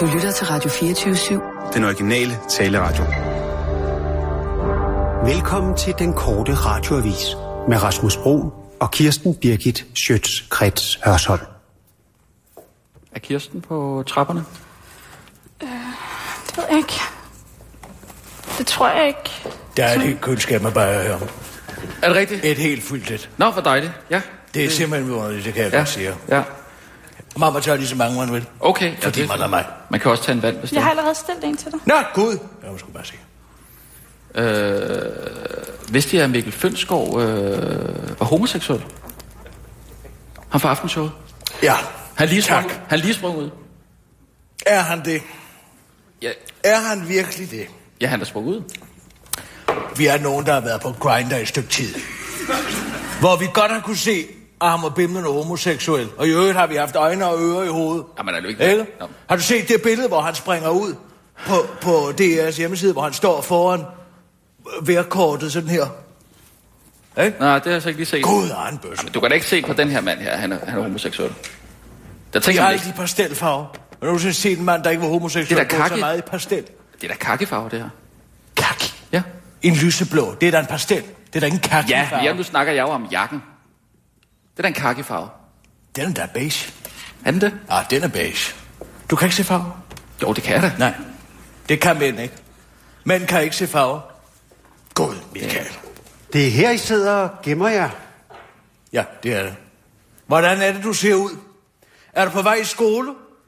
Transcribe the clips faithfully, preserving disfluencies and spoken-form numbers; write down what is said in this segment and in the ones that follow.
Du lytter til Radio fireogtyve syv. Den originale taleradio. Velkommen til den korte radioavis med Rasmus Broen og Kirsten Birgit Schiøtz-Kretz Hørsholm. Er Kirsten på trapperne? Øh, det ved jeg ikke. Det tror jeg ikke. Der er et helt køleskab med bajer her. Er det rigtigt? Et helt fyldt et. Nå, for dejligt. Ja. Det er simpelthen vidunderligt, det kan jeg ja. godt sige. Ja. Mamma tager lige så mange, man vil. Okay. Fordi ja, man er mig. Man kan også tage en vand, hvis det. Jeg har allerede stillet en til dig. Nå, gud. Jeg må sgu bare sige. Øh, vidste jeg, at Mikkel Fønsgaard øh, var homoseksuel? Han fra Aftenshowet? Ja. Han lige sprang, tak. Han lige sprang ud? Er han det? Ja. Er han virkelig det? Ja, han er sprunget ud. Vi er nogen, der har været på Grindr i et stykke tid. Hvor vi godt har kunne se, at han var bimlende homoseksuel. Og i øvrigt har vi haft øjne og ører i hovedet. Jamen, er det ikke det? Har du set det billede, hvor han springer ud på, på D R's hjemmeside, hvor han står foran værkortet sådan her? Ikke? Nej, det har jeg så ikke lige set. Gud, Arnbøsse. Du kan da ikke se på den her mand her, han er, han er homoseksuel. Der Det tænker er man alle ikke. de pastelfarver. Har du så set en mand, der ikke var homoseksuel? Det er da kaki. Så meget i pastel. Det er da kakkefarve, det her. Kaki? Ja. En lyseblå. Det er da en pastel. Det er da ikke en kakifarve. Ja, ja, nu snakker jeg jo om jakken. Det er da en kakkefarve. Den er da beige. Er den det? Ah, den er beige. Du kan ikke se farver? Jo, det kan jeg da. Nej, det kan mænd ikke. Mænd kan ikke se farver. God, Michael. Det er her, I sidder og gemmer jer. Ja, det er det. Hvordan er det, du ser ud? Er du på vej i skole?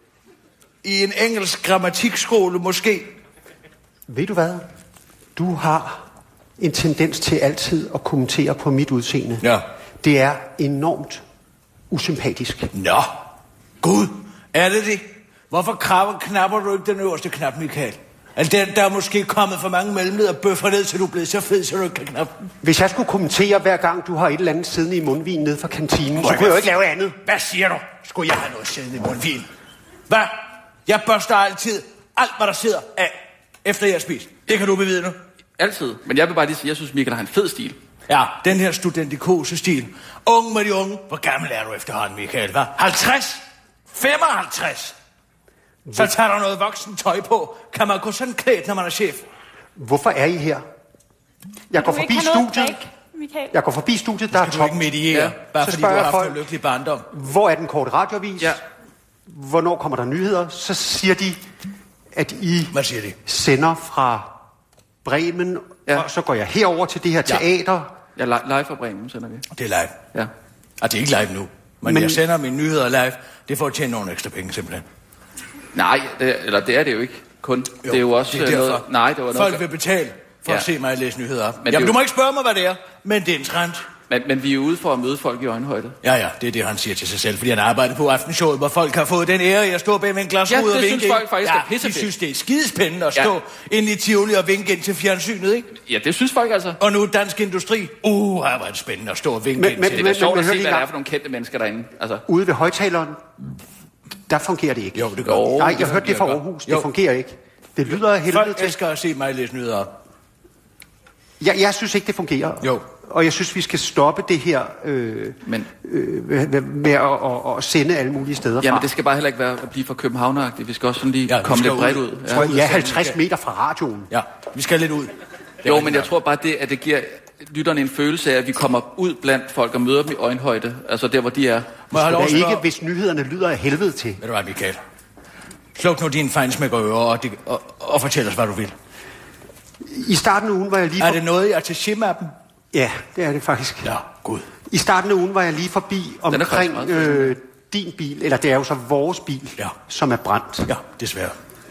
I en engelsk grammatikskole måske? Ved du hvad? Du har en tendens til altid at kommentere på mit udseende. Ja. Det er enormt usympatisk. Nå, Gud, er det det? Hvorfor krabber, knapper du ikke den øverste knap, Michael? Altså, der, der er måske kommet for mange mellemleder bøffer ned, så du er blevet så fed, så du ikke kan knappe den. Hvis jeg skulle kommentere hver gang, du har et eller andet siddende i mundvin nede fra kantinen, så kunne jeg jo ikke lave andet. Hvad siger du? Skulle jeg have noget siddende i mundvin? Hvad? Jeg børster altid alt, hvad der sidder af, efter jeg har spist. Det kan du bevide nu. Altid. Men jeg vil bare lige sige, at jeg synes, Michael har en fed stil. Ja, den her studentikose-stil. Unge med de unge. Hvor gammel er du efterhånden, Michael, hva'? halvtreds? femoghalvtreds? Så tager der noget voksen tøj på. Kan man gå sådan klædt, når man er chef? Hvorfor er I her? Jeg går forbi studiet. Jeg går forbi studiet, der er top. Du ikke mediere, ja. Bare så fordi du har haft folk, en lykkelig barndom. Hvor er den korte radioavis? Ja. Hvornår kommer der nyheder? Så siger de, at I Hvad siger de? sender fra Bremen, ja. Og så går jeg herover til det her teater. Ja, live fra Bremen sender vi. Det er live. Ja. Og det er ikke live nu. Men, men jeg sender mine nyheder live. Det får at tjene nogle ekstra penge, simpelthen. Nej, det, eller det er det jo ikke kun. Jo, det er jo også det er noget... Nej, det var noget... Folk vil betale for ja. at se mig læse nyheder op. Men Jamen, jo... du må ikke spørge mig, hvad det er, men det er en trend. Men, men vi er ude for at møde folk i øjenhøjde. Ja, ja, det er det, han siger til sig selv, fordi han arbejder på Aftenshowet, hvor folk har fået den ære i at stå bag ved en glasrude ja, og vinke. Ja, det synes folk faktisk ja, er pissefedt. de synes, det er skidespændende at stå ja. inde i Tivoli og vinke ind til fjernsynet, ikke? Ja, det synes folk altså. Og nu Dansk Industri. Uh, her var det spændende at stå og vinke men, ind men, til. Det er men, sjovt at se, hvad der er for nogle kendte mennesker derinde. Altså. Ude ved højtaleren, der fungerer det ikke. Jo, det gør jo, Nej, jeg hørte det fra Aarhus. Jo. Det fungerer ikke. Det lyder af helvede folk til. Folk elsker at se mig læse nyheder op. Jeg, jeg synes ikke, det fungerer. Jo. Og jeg synes, vi skal stoppe det her øh, men, øh, med at, at, at sende alle mulige steder fra. Jamen, det skal bare heller ikke være at blive for københavneragtigt. Vi skal også sådan lige ja, komme lidt bredt ud. Ja. Jeg er halvtreds meter fra radioen. Ja, vi skal lidt ud. Jo, men jeg tror bare, det, at det giver lytterne en følelse af, at vi kommer ud blandt folk og møder dem i øjenhøjde. Altså der, hvor de er. Må jeg det er ikke, hvis nyhederne lyder af helvede til. Ved du hvad, Michael? Sluk nu din fejnsmækker ører og, og, og fortæl os, hvad du vil. I starten af ugen var jeg lige... Er det noget i attaché-mappen? Ja, det er det faktisk. Ja, gud. I starten af ugen var jeg lige forbi omkring øh, din bil, eller det er jo så vores bil, ja. Som er brændt. Ja, desværre.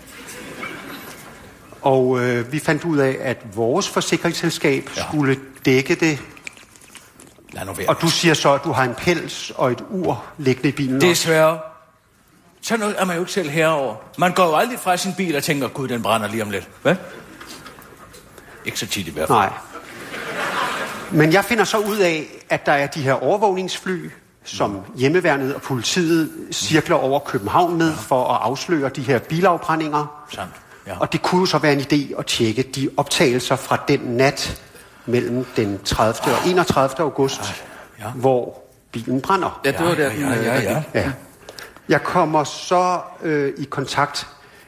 Og øh, vi fandt ud af, at vores forsikringsselskab ja. skulle dække det. Lad nu være. Og du siger så, at du har en pels og et ur liggende i bilen. Desværre. Så noget er man jo ikke selv herover. Man går jo aldrig fra sin bil og tænker, gud, den brænder lige om lidt. Hvad? Ikke så tit i hvert fald. Nej. Men jeg finder så ud af, at der er de her overvågningsfly, som hjemmeværnet og politiet cirkler over København med for at afsløre de her bilafbrændinger. Sandt. Ja. Og det kunne jo så være en idé at tjekke de optagelser fra den nat mellem den tredivte og enogtredivte august, ja. Ja. Hvor bilen brænder. Ja, det var det. Ja, ja, ja, ja. ja. Jeg kommer så øh, i kontakt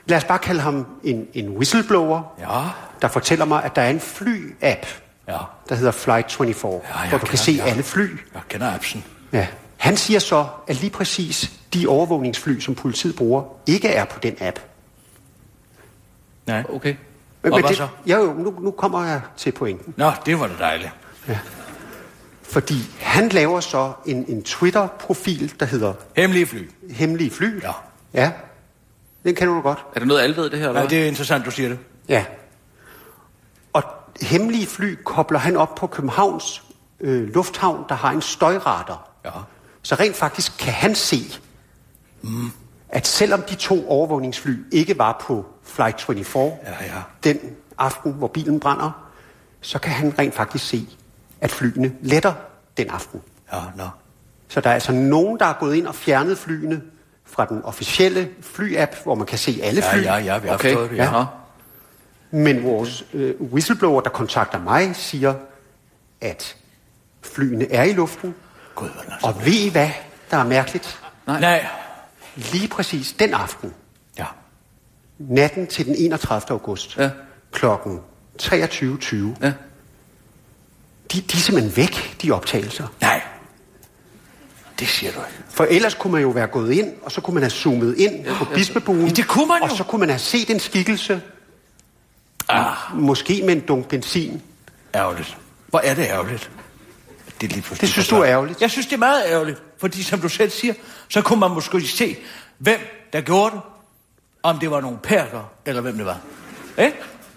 lad os bare kalde ham en, en whistleblower, Ja. der fortæller mig, at der er en fly-app, Ja. der hedder Flight toogtyve, Ja, jeg hvor du kan kender- se ja. alle fly. Jeg kender appsen. Ja. Han siger så, at lige præcis de overvågningsfly, som politiet bruger, ikke er på den app. Nej. Okay. Men, Og men hvad det, så? ja, jo, nu, nu kommer jeg til pointen. Nå, det var da dejligt. Fordi han laver så en, en Twitter-profil, der hedder Hemmelige fly. Hemmelige Fly. Ja. Ja, den kender du godt. Er det noget, alle ved det her, eller Nej, hvad? det er interessant, du siger det. Ja. Og Hemmelige Fly kobler han op på Københavns øh, Lufthavn, der har en støjradar. Ja. Så rent faktisk kan han se, mm. at selvom de to overvågningsfly ikke var på Flight toogtyve, Ja, ja. den aften, hvor bilen brænder, så kan han rent faktisk se, at flyene letter den aften. Ja, nå. Så der er altså nogen, der er gået ind og fjernet flyene fra den officielle fly-app, hvor man kan se alle Ja, fly. ja, ja, vi har Okay, forstået det. Ja. ja. Men vores øh, whistleblower, der kontakter mig, siger, at flyene er i luften. Gud, hvor er det Og ved I hvad, der er mærkeligt? Nej. Nej. Lige præcis den aften, Ja. natten til den enogtredivte august, Ja. klokken treogtyve tyve, Ja. de, de er simpelthen væk, de optagelser. Nej. Det siger du ikke. For ellers kunne man jo være gået ind, og så kunne man have zoomet ind ja, på Bispebuen. Ja, det kunne man jo. Og så kunne man have set en skikkelse. Ah. Måske med en dunk benzin. Ærgerligt. Hvor er det ærgerligt? Det, er lige Det synes du er ærgerligt? Jeg synes, det er meget ærgerligt. Fordi som du selv siger, så kunne man måske se, hvem der gjorde det. Om det var nogle perker, eller hvem det var. Eh?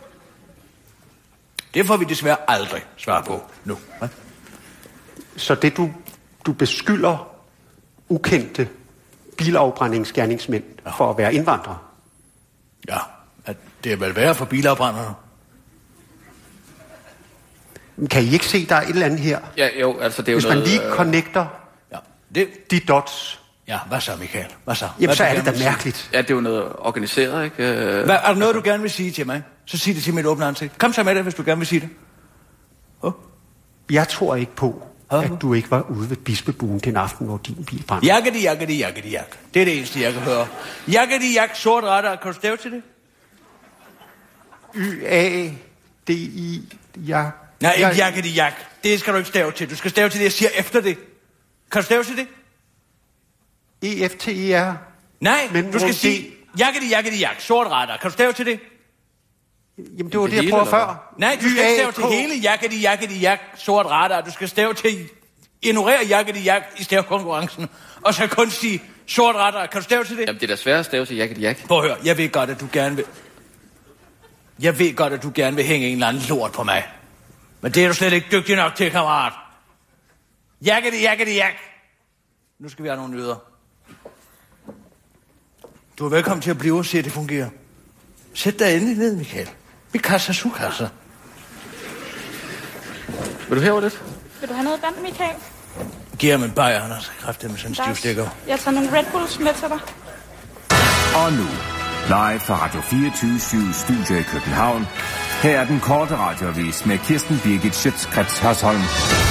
Det får vi desværre aldrig svar på nu. Hva? Så det du, du beskylder ukendte bilafbrændingsgerningsmænd ja. for at være indvandrere. Ja, at det er vel værre for bilafbrænderne. Kan I ikke se, der er et eller andet her? Ja, jo, altså det er jo Hvis man noget... lige øh, connecter Ja, det... de dots, Ja, hvad så, Michael? Hvad så? jamen Hvad så du er det gerne da vil sige? mærkeligt. Ja, det er jo noget organiseret, ikke? Øh, Hvad, er der noget, du gerne vil sige til mig? Så sig det til mit åbne ansigt. Kom så med det, hvis du gerne vil sige det. Oh. Jeg tror ikke på, Hvad? at du ikke var ude ved Bispebuen den aften, hvor din bil brændte. Jakkedi, jakkedi, jakkedi, jak. Det er det eneste, jeg kan høre. Jakkedi, jak, sort retter. Kan du stave til det? Y A D I ja. Nej, ikke Jeg- jakkedi, jak. Det skal du ikke stave til. Du skal stave til det, jeg siger efter det. Kan du stave til det? E F T E R. Nej, Men du skal hvor sige jakkedi, jakkedi, jak, sort retter. Kan du stave til det? Jamen det var Det det, jeg hele, prøvede eller før. Nej, du skal ikke stave til Y A K. hele jakkedi, jakkedi, jak, sort retter. Du skal stave til ignorere jakkedi, jak i stavekonkurrencen. Og så kun sige sort retter. Kan du stave til det? Jamen, det er da svært at stave til Jack Jack. Prøv at høre, jeg ved godt, at du gerne vil... Jeg ved godt, at du gerne vil hænge en eller anden lort på mig. Men det er du slet ikke dygtig nok til, kammerat. Jakkedi, jakkedi, jak. Nu skal vi have nogle nyheder. Du er velkommen til at blive og se, at det fungerer. Sæt dig endelig ned, Michael. Vi kasser sukasser. Vil du hæve lidt? Vil du have noget vand, Michael? Giv ham en bajer, han har så kraftigt med sådan en Der er- stiv stikker. Jeg tager nogle Red Bulls med til dig. Og nu, live fra Radio fireogtyve syv Studio i København. Her er den korte radioavis med Kirsten Birgit Schøtzgrads Hasholm.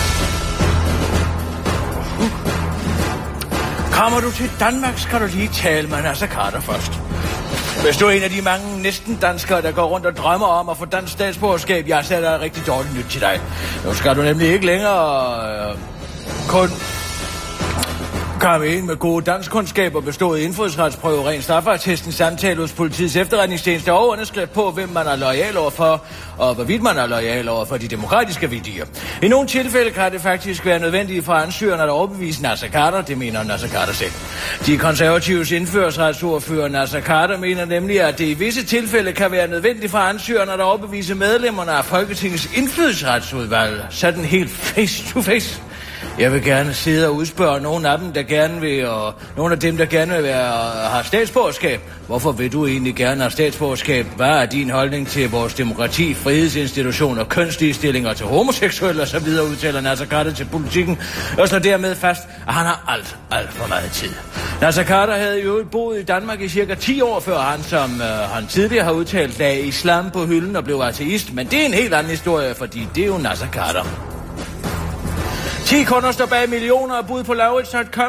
Kommer du til Danmark, skal du lige tale med Nasser Carter først. Hvis du er en af de mange næsten danskere, der går rundt og drømmer om at få dansk statsborgerskab, jeg ser der rigtig dårligt nyt til dig. Nu skal du nemlig ikke længere øh, kun komme ind med gode danskkundskaber, bestået indfødsretsprøve, ren straffertesten, samtale hos politiets efterretningstjeneste og underskrift på, hvem man er loyal overfor, og hvorvidt man er loyal over for de demokratiske værdier. I nogle tilfælde kan det faktisk være nødvendigt for ansøgerne at overbevise Nasser Carter, det mener Nasser Carter selv. De konservatives indførsretsordfører Nasser Carter mener nemlig, at det i visse tilfælde kan være nødvendigt for ansøgerne at overbevise medlemmerne af Folketingets indfødsretsudvalg, sådan helt face to face. Jeg vil gerne sidde og udspørge nogle af dem, der gerne vil, og nogle af dem, der gerne vil være, have statsborgerskab. Hvorfor vil du egentlig gerne have statsborgerskab? Hvad er din holdning til vores demokrati, frihedsinstitutioner, kønsligestillinger til homoseksuelle osv., udtaler Nasser Carter til Politikken, og slår dermed fast, at han har alt, alt for meget tid. Nasser Carter havde jo boet i Danmark i cirka ti år, før han, som øh, han tidligere har udtalt, lagde islam på hylden og blev ateist, men det er en helt anden historie, fordi det er jo Nasser Carter. ti kunder står bag millioner af bud på Laurits punktum com.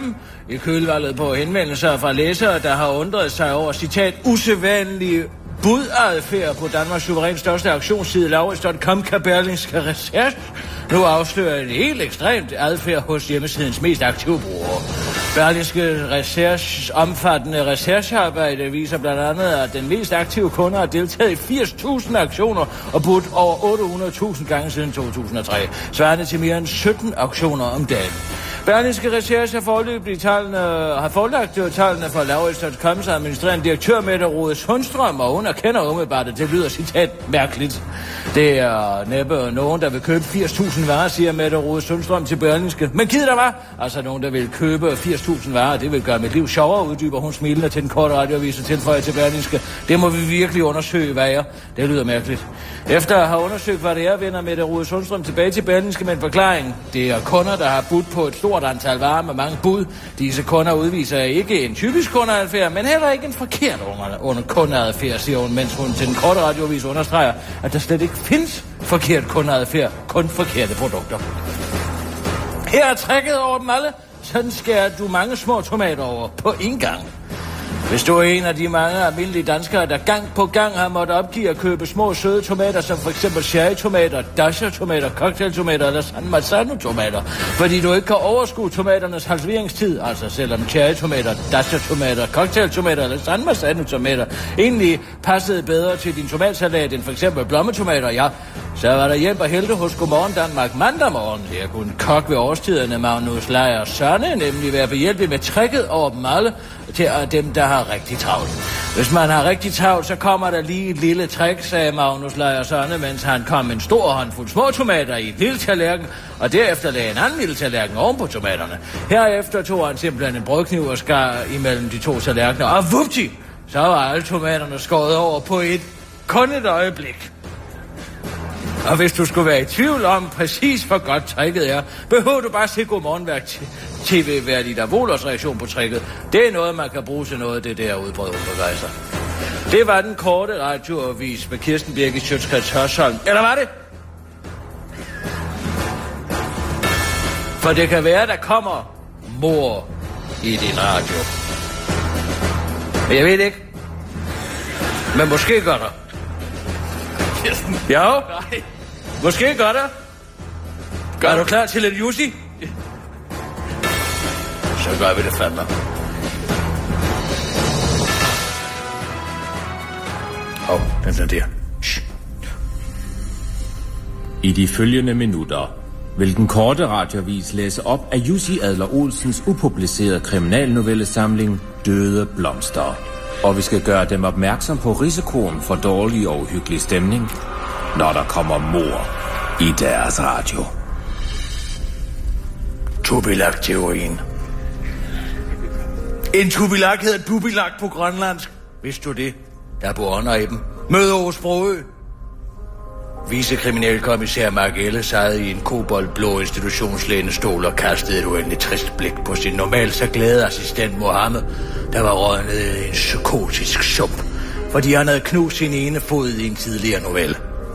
i kølvandet på henvendelser fra læsere, der har undret sig over, citat, usædvanlige budadfærd på Danmarks suverænt største auktionsside Laurits punktum com kan Berlingske Research nu afslører en helt ekstremt adfærd hos hjemmesidens mest aktive brugere. Berlingske Researchs omfattende researchearbejde viser blandt andet, at den mest aktive kunde har deltaget i firs tusind auktioner og budt over otte hundrede tusind gange siden to tusind og tre, svarende til mere end sytten auktioner om dagen. Berlingske Research har foreløbigt tallene, har forelagt tallene for Laurits punktum coms administrerende direktør Mette Rode Sundstrøm, og hun erkender umiddelbart, at det lyder citat mærkeligt. Det er næppe nogen, der vil købe firs tusind varer, siger Mette Rode Sundstrøm til Berlingske. Men gider der var? Altså nogen, der vil købe firs tusind varer, det vil gøre mit liv sjovere, uddyber hun smilende til den korte radioavis og tilføjer til Berlingske. Det må vi virkelig undersøge, hvad er. Det lyder mærkeligt. Efter at have undersøgt, hvad det er, vender Mette Rode Sundstrøm tilbage til Berlingske med en forklaring. Det er kunder, der har budt på et stort antal varer med mange bud. Disse kunder udviser ikke en typisk kundeadfærd, men heller ikke en forkert under kundeadfærd, siger hun, mens hun til den korte radioavis understreger, at der slet ikke findes forkert kundeadfærd, kun forkerte produkter. Her er trækket over dem alle. Sådan skærer du mange små tomater over på en gang. Hvis du er en af de mange almindelige danskere, der gang på gang har måttet opgive at købe små søde tomater, som for eksempel cherrytomater, dasher-tomater, cocktailtomater eller San Marzano-tomater, fordi du ikke kan overskue tomaternes halveringstid, altså selvom cherrytomater, dasher-tomater, cocktailtomater eller San Marzano-tomater egentlig passede bedre til din tomatsalat end for eksempel blommetomater, ja, så var der hjælp at hente hos Godmorgen Danmark mandag morgen. Her kunne kok ved årstiderne Magnus Lejr Sørne nemlig være behjælpelig med tricket over dem alle til dem, der har rigtig travlt. Hvis man har rigtig travlt, så kommer der lige et lille trick, sagde Magnus Lejr Sørne, mens han kom en stor håndfuld små tomater i en lille tallerken, og derefter lagde en anden lille tallerken oven på tomaterne. Herefter tog han simpelthen en brødkniv og skar imellem de to tallerkener, og vupti, så var alle tomaterne skåret over på et kun et øjeblik. Og hvis du skulle være i tvivl om præcis hvor godt tricket er, behøver du bare se Godmorgenværk T V-værdig der Volers reaktion på tricket. Det er noget, man kan bruge til noget, det der udbrød under sig. Det var den korte radioavis med Kirsten Birgit Schiøtz Hørsholm. Eller var det? For det kan være, der kommer mor i din radio. Men jeg ved ikke. Men måske gør der. Kirsten. Ja, nej. Måske gør der. Gør er du klar til lidt Jussi? Så gør vi det fandme. Åh, oh, den er der. Shh. I de følgende minutter vil den korte radioavis læse op af Jussi Adler Olsens upublicerede kriminalnovellesamling Døde Blomster. Og vi skal gøre dem opmærksom på risikoen for dårlig og uhyggelig stemning, når der kommer mor i deres radio. Tubilak-teorien. En tubilak hedder dubilak på grønlandsk. Vidste du det? Der bor under i dem. Møder hos Sprogø. Vicekriminalkommissær Mark Elle sad i en koboldblå institutionslænestol og kastede et uendeligt trist blik på sin normalt så glade assistent Mohammed, der var røget ned i en psykotisk sump, fordi han havde knust sin ene fod i en tidligere novelle.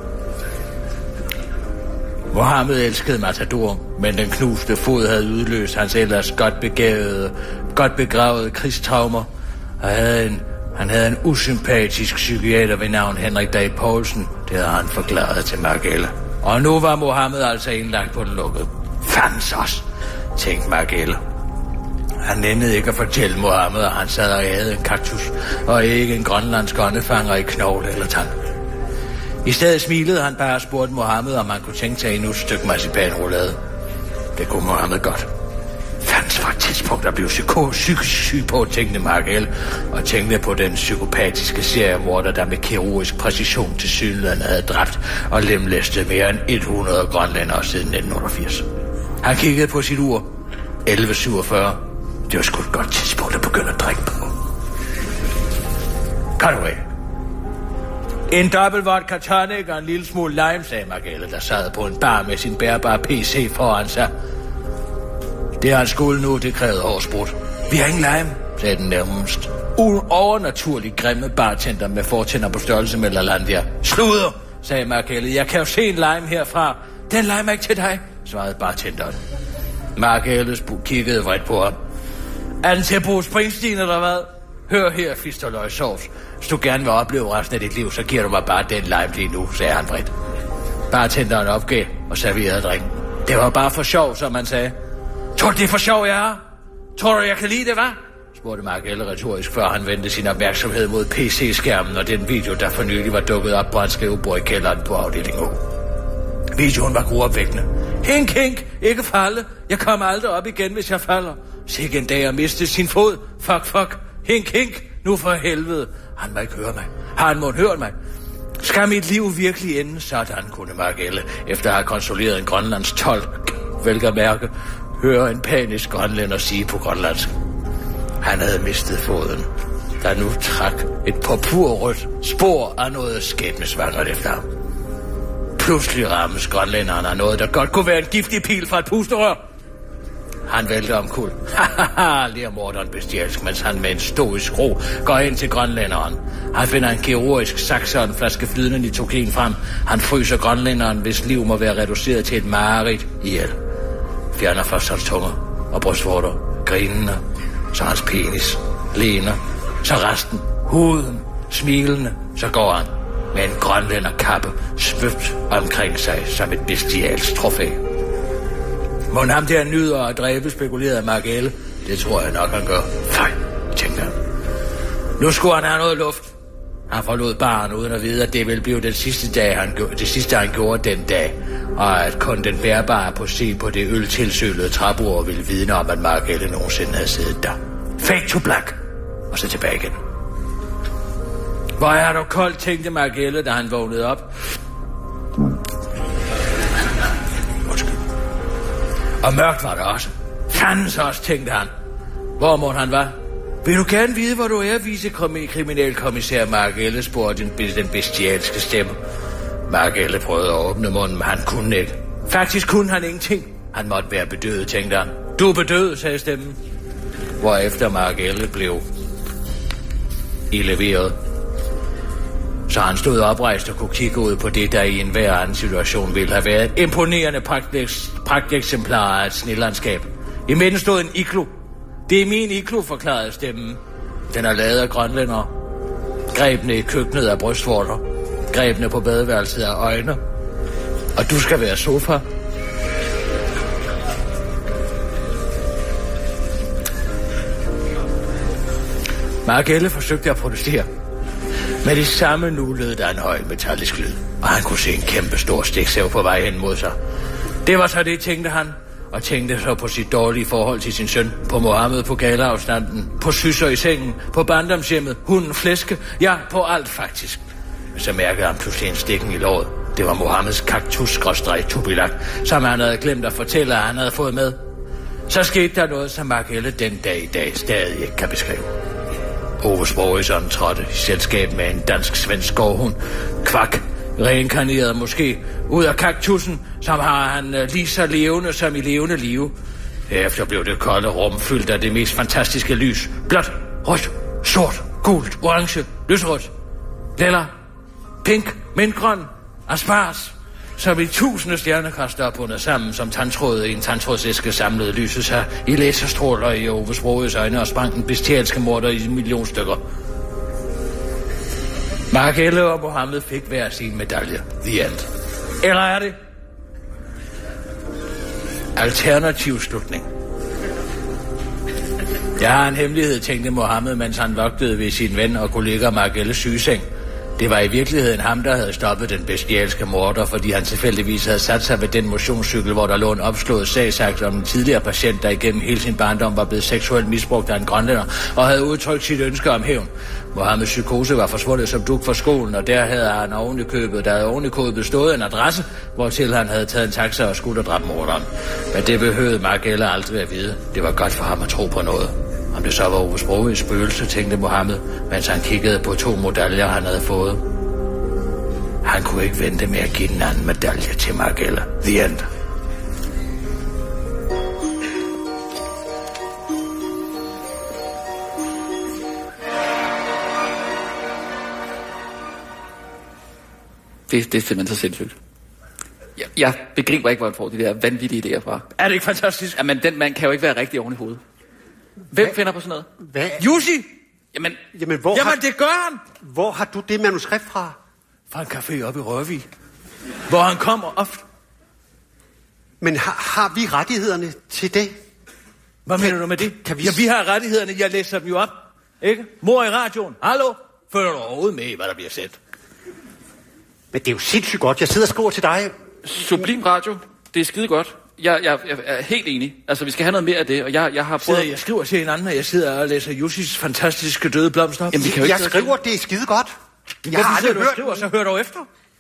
Mohammed elskede Matador, men den knuste fod havde udløst hans ellers godt begavede, godt begravede krigstraumer, og havde en Han havde en usympatisk psykiater ved navn Henrik Dag Poulsen. Det havde han forklaret til Mark Elle. Og nu var Mohammed altså indlagt på den lukkede. Fandens også, tænkte Mark Elle. Han nændede ikke at fortælle Mohammed, at han sad og ædede en kaktus, og ikke en grønlandsk åndefanger i knogle eller tand. I stedet smilede han bare og spurgte Mohammed, om han kunne tænke sig endnu et stykke marcipanroulade. Det kunne Mohammed godt. Fandens for et tidspunkt, der blev psykisk syg på, tænkte Mark Elle, og tænkte på den psykopatiske seriemorder, der med kirurgisk præcision til synligheden havde dræbt og lemlæstet mere end hundrede grønlændere siden nitten otteogfirs. Han kiggede på sit ur. elleve syvogfyrre. Det var sgu et godt tidspunkt at begynde at drikke på. Cut away. En dobbelt vodka tonic og en lille smule lime, sagde Mark Elle, der sad på en bar med sin bærbare P C foran sig. Det har han skole nu, det krævede hårdsprut. Vi har ingen lime, sagde den nærmest overnaturligt grimme bartender med fortænder på størrelse med LaLandia. Sluder, sagde Mark Elle. Jeg kan jo se en lime herfra. Den lime er ikke til dig, svarede bartenderen. Mark Elle kiggede vredt på ham. Er den til Bruce Springsteen eller hvad? Hør her, Fisterløgsovs. Hvis du gerne vil opleve resten af dit liv, så giver du mig bare den lime lige nu, sagde han bredt. Bartenderen opgav og serverede drinken. Det var bare for sjov, som man sagde. Tror du, det er for sjov, jeg er? Tror du, jeg kan lide det, hva'? Spurgte Margelle retorisk, før han vendte sin opmærksomhed mod P C-skærmen og den video, der for nylig var dukket op på hans skrivebord i kælderen på afdeling O. Videoen var gruopvækkende. Hink, hink, ikke falde. Jeg kommer aldrig op igen, hvis jeg falder. Sikke en dag at miste sin fod. Fuck, fuck. Hink, hink. Nu for helvede. Han må ikke høre mig. Har han måtte hørt mig? Skal mit liv virkelig ende? Sådan kunne Margelle, efter at have konsolideret en grønlands tolk, hvilket mærke, høre en panisk grønlænder sige på grønlandsk. Han havde mistet foden, der nu trak et purpurrødt spor af noget skæbnesvangert efter ham. Pludselig rammes grønlænderen af noget, der godt kunne være en giftig pil fra et pusterør. Han vælter omkuld. Hahaha, ler morderen bestialsk, mens han med en stoisk ro går ind til grønlænderen. Han finder en kirurgisk sakse og en flaske flydende nitrogen frem. Han fryser grønlænderen, hvis liv må være reduceret til et mareridt ihjel. Fjerner først hans tunger og brystvorter, grinende, så hans penis, læner, så resten, huden, smilende, så går han med en grønlænderkappe svøbt omkring sig som et bestialsk trofæ. Må ham der nyder at dræbe spekulerede Margelle. Det tror jeg nok, han gør. Fej, tænkte han. Nu skulle han have noget luft. Han forlod baren uden at vide, at det ville blive den sidste dag, han gjorde, det sidste, han gjorde den dag. Og at kun den bærbare posé på det øltilsølede træbord ville vidne om, at Margelle nogensinde havde siddet der. Fade to black. Og så tilbage igen. Hvor er du koldt, tænkte Margelle, da han vågnede op. Og mørkt var det også. Fandens også, tænkte han. Hvor må han var? Vil du gerne vide, hvor du er, vicekriminalkommissær Margelle, spurgte den, den bestialske stemme. Margelle prøvede at åbne munden, men han kunne ikke. Faktisk kunne han ingenting. Han måtte være bedøvet, tænkte han. Du er bedøvet, sagde stemmen. Hvorefter Margelle blev ileveret. Så han stod oprejst og kunne kigge ud på det, der i enhver anden situation ville have været et imponerende pragteksemplar af et snelandskab. I midten stod en iglo. Det er min iglo, forklarede stemmen. Den er lavet af grønlændere. Grebne i køkkenet af brystvorter. Grebne på badeværelset af øjne. Og du skal være sofa. Margelle forsøgte at protestere. Med det samme nu lød der en høj metallisk lyd, og han kunne se en kæmpe stor stiksav på vej hen mod sig. Det var så det, tænkte han, og tænkte så på sit dårlige forhold til sin søn, på Mohammed på galaafstanden, på sysser i sengen, på barndomshjemmet, hunden flæske, ja, på alt faktisk. Men så mærkede han pludselig en stikken i låret. Det var Mohammeds kaktus-tubilak, som han havde glemt at fortælle, at han havde fået med. Så skete der noget, som Margelle den dag i dag stadig ikke kan beskrive. Ove Sprogøsson trådte i selskab med en dansk-svensk gårdhund. Kvak, reinkarneret måske, ud af kaktussen, som har han lige så levende som i levende live. Herefter blev det kolde rum fyldt af det mest fantastiske lys. Blåt, rødt, sort, gult, orange, lyserødt, lilla, pink, mintgrøn, aspars, som i tusinde stjernekræfter bundet sammen som tandtråd i en tandtrådsæske samlede lyset sig i laserstråler i Ove Sprogøs øjne og sprang den bestialske morder i en million stykker. Margelle og Mohammed fik hver sin medalje. The end. Eller er det? Alternativ slutning. Jeg har en hemmelighed, tænkte Mohammed, mens han vogtede ved sin ven og kollega Margelles sygeseng. Det var i virkeligheden ham, der havde stoppet den bestialske morder, fordi han tilfældigvis havde sat sig ved den motionscykel, hvor der lå en opslået sagsakt om en tidligere patient, der igennem hele sin barndom var blevet seksuelt misbrugt af en grønlænder og havde udtrykt sit ønske om hævn. Mohammeds psykose var forsvundet som duk fra skolen, og der havde han ovenikøbet, der havde ovenikøbet stået en adresse, hvortil han havde taget en taxa og skudt og dræbt morderen. Men det behøvede Margelle aldrig at vide. Det var godt for ham at tro på noget. Om det så var Ove Sprogøs spøgelse, tænkte Mohammed, mens han kiggede på to medaljer, han havde fået. Han kunne ikke vente med at give den anden medalje til Margelle. The end. Det, det er simpelthen så sindssygt. Jeg, jeg begriber ikke, hvor han får de der vanvittige idéer fra. Er det ikke fantastisk? Jamen, den mand kan jo ikke være rigtig oven i hovedet. Hvem finder på sådan noget? Hvad? Jussi! Jamen, Jamen, hvor, Jamen, har, det gør han! hvor har du det manuskript fra? Fra en café oppe i Rørvig, hvor han kommer ofte. Men har, har vi rettighederne til det? Hvad mener du med det? Kan vi... Ja, vi har rettighederne. Jeg læser dem jo op. Ikke? Mor i radioen. Hallo? Følger du overhovedet med i, hvad der bliver sendt? Men det er jo sindssygt godt. Jeg sidder og skriver til dig. Sublim Radio, det er skide godt. Jeg, jeg, jeg er helt enig. Altså, vi skal have noget mere af det, og jeg, jeg har prøvet... Sidder, jeg skriver til en anden, og jeg sidder og læser Jussis fantastiske døde blomster. Jamen, vi kan jo Jeg ikke... skriver, det er skide godt. Jeg Hvorfor har sidder aldrig du og hørt... skriver, så hører du efter?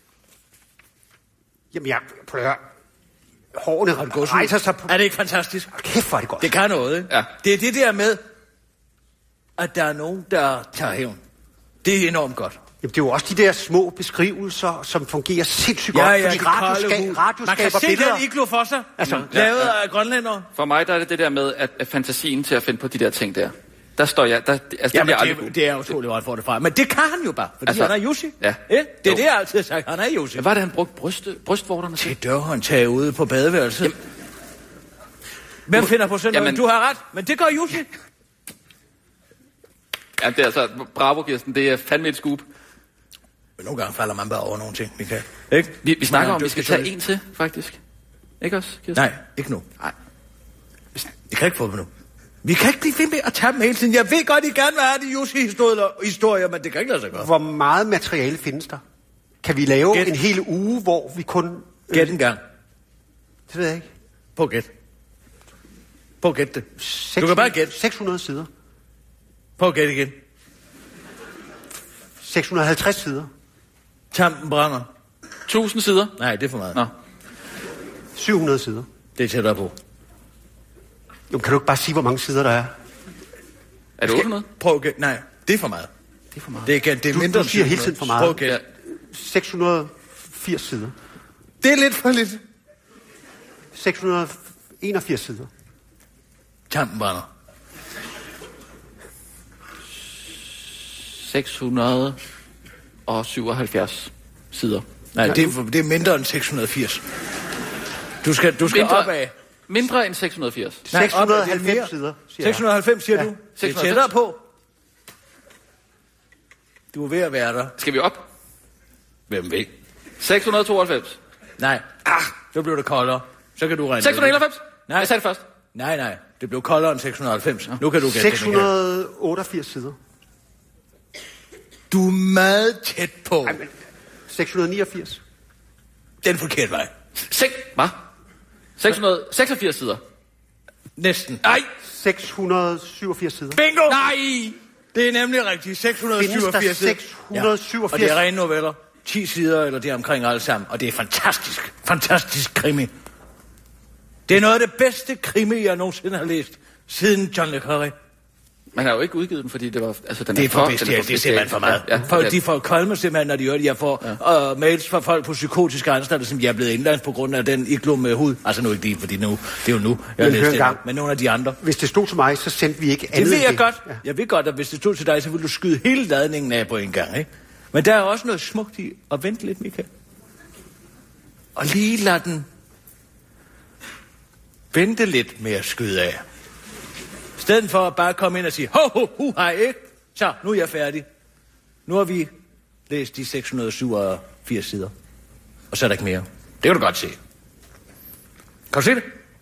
Jamen, jeg... Prøv at høre. Hårene Har du gået rejser sig på... Er det ikke fantastisk? Kæft, hvor er det godt. Det kan noget, ikke? Ja. Det er det der med, at der er nogen, der tager hævn. Det er enormt godt. Jamen, det er jo også de der små beskrivelser, som fungerer sindssygt Ja, godt, ja, fordi det radio, kolde ska- hus. radio Man kan skaber se billeder. den iglo for sig, Altså, altså, lavet ja, ja. af grønlændere. For mig, der er det det der med, at, at fantasien til at finde på de der ting der. Der står jeg... Der, altså, Ja, der men jeg aldrig... det, det er utroligt, hvor han får det fra. Men det kan han jo bare, fordi Altså, altså, han er Jussi. ja. Ja? Det er Jo. det, jeg altid har sagt. Han er Jussi. Hvad var det, han brugte bryst, brystvorterne til? Det er dørhåndtag ude på badeværelset. Jamen, Hvem finder på sådan noget? Jamen- Du har ret, men det gør Jussi. Ja, det er altså... Bravo, Kirsten. Det er fandme et scoop. Men nogle gange falder man bare over nogle ting, Michael. Ikke? Vi, vi snakker Nej, om, du vi skal skal tage tage en til, faktisk. Ikke også, Kirsten? Nej, ikke nu. Nej. Vi kan ikke få dem nu. Vi kan ikke blive ved med at tage dem hele tiden. Jeg ved godt, I gerne vil have de Jussi-historier, men det kan ikke lade sig gøre. Hvor meget materiale findes der? Kan vi lave Gæt. en hel uge, hvor vi kun... øh, Gæt en gang. Det ved jeg ikke. På gæt. På gæt det. seks hundrede, Du kan bare gætte. seks hundrede sider. På gæt igen. seks hundrede og halvtreds sider. Tampen brænder. Tusind sider? Nej, det er for meget. Nå. syv hundrede sider. Det er tættere på. Jo, kan du ikke bare sige, hvor mange sider der er? Er det otte hundrede? Prøv at gæt. Nej, det er for meget. Det er for meget. Det er, gæt. det er Du- mindre du end siger syv hele hundrede. tiden for meget. Prøv at gæt. Ja. seks hundrede og firs sider. Det er lidt for lidt. seks hundrede og enogfirs sider. Tampen brænder. seks hundrede og syvoghalvfjerds sider. Nej, det er, for- det er mindre end seks hundrede og firs. Du skal, du skal Mindre, opad. mindre end seks hundrede og firs. Nej, seks hundrede og opad, det er halvfems mere. sider, siger jeg. seks hundrede og halvfems, siger Ja. du? Det er seks hundrede og tættere halvfems. på. Du er ved at være der. Skal vi op? Hvem ved? seks hundrede og tooghalvfems. Nej. Ah, så bliver det koldere. Så kan du regne. seks hundrede og enoghalvfems? Nej. Jeg sagde det først. Nej, nej. Det blev koldere end seks hundrede og halvfems. Nu kan du gætte seks det, Michael. hundrede og otteogfirs sider. Du er meget tæt på. Ej, men seks hundrede og niogfirs. Den forkerte vej. Sek... Hvad? seks hundrede og seksogfirs sider. Næsten. Nej! seks hundrede og syvogfirs sider. Bingo! Nej! Det er nemlig rigtigt. seks hundrede og syvogfirs Findes der sider. seks hundrede og syvogfirs? Ja. Og det er rene noveller. ti sider eller det er omkring alle sammen. Og det er fantastisk. Fantastisk krimi. Det er noget af det bedste krimi, jeg nogensinde har læst. Siden John le Carré. Man har jo ikke udgivet den, fordi det var... Altså, den Det er for den bestialt. Det er simpelthen for meget. Ja, Ja, ja, folk, det de er- får kolme simpelthen, når de hører det. Jeg får ja. uh, mails fra folk på psykotiske anstalter, som jeg er blevet indlands på grund af den iglo med hud. Altså nu ikke de, fordi nu, det er jo nu, jeg har Men læst hør det. engang. Men nogle af de andre. Hvis det stod til mig, så sendte vi ikke andet Det ved end jeg godt. Ja. Jeg ved godt, at hvis det stod til dig, så ville du skyde hele ladningen af på en gang, ikke? Men der er også noget smukt i at vente lidt, Michael. Og lige lade den vente lidt med at skyde af. I stedet for at bare komme ind og sige, ho, ho, hu, hej, ikke? Så, nu er jeg færdig. Nu har vi læst de seks hundrede og syvogfirs sider. Og så er der ikke mere. Det kan du godt se. Kan du se det?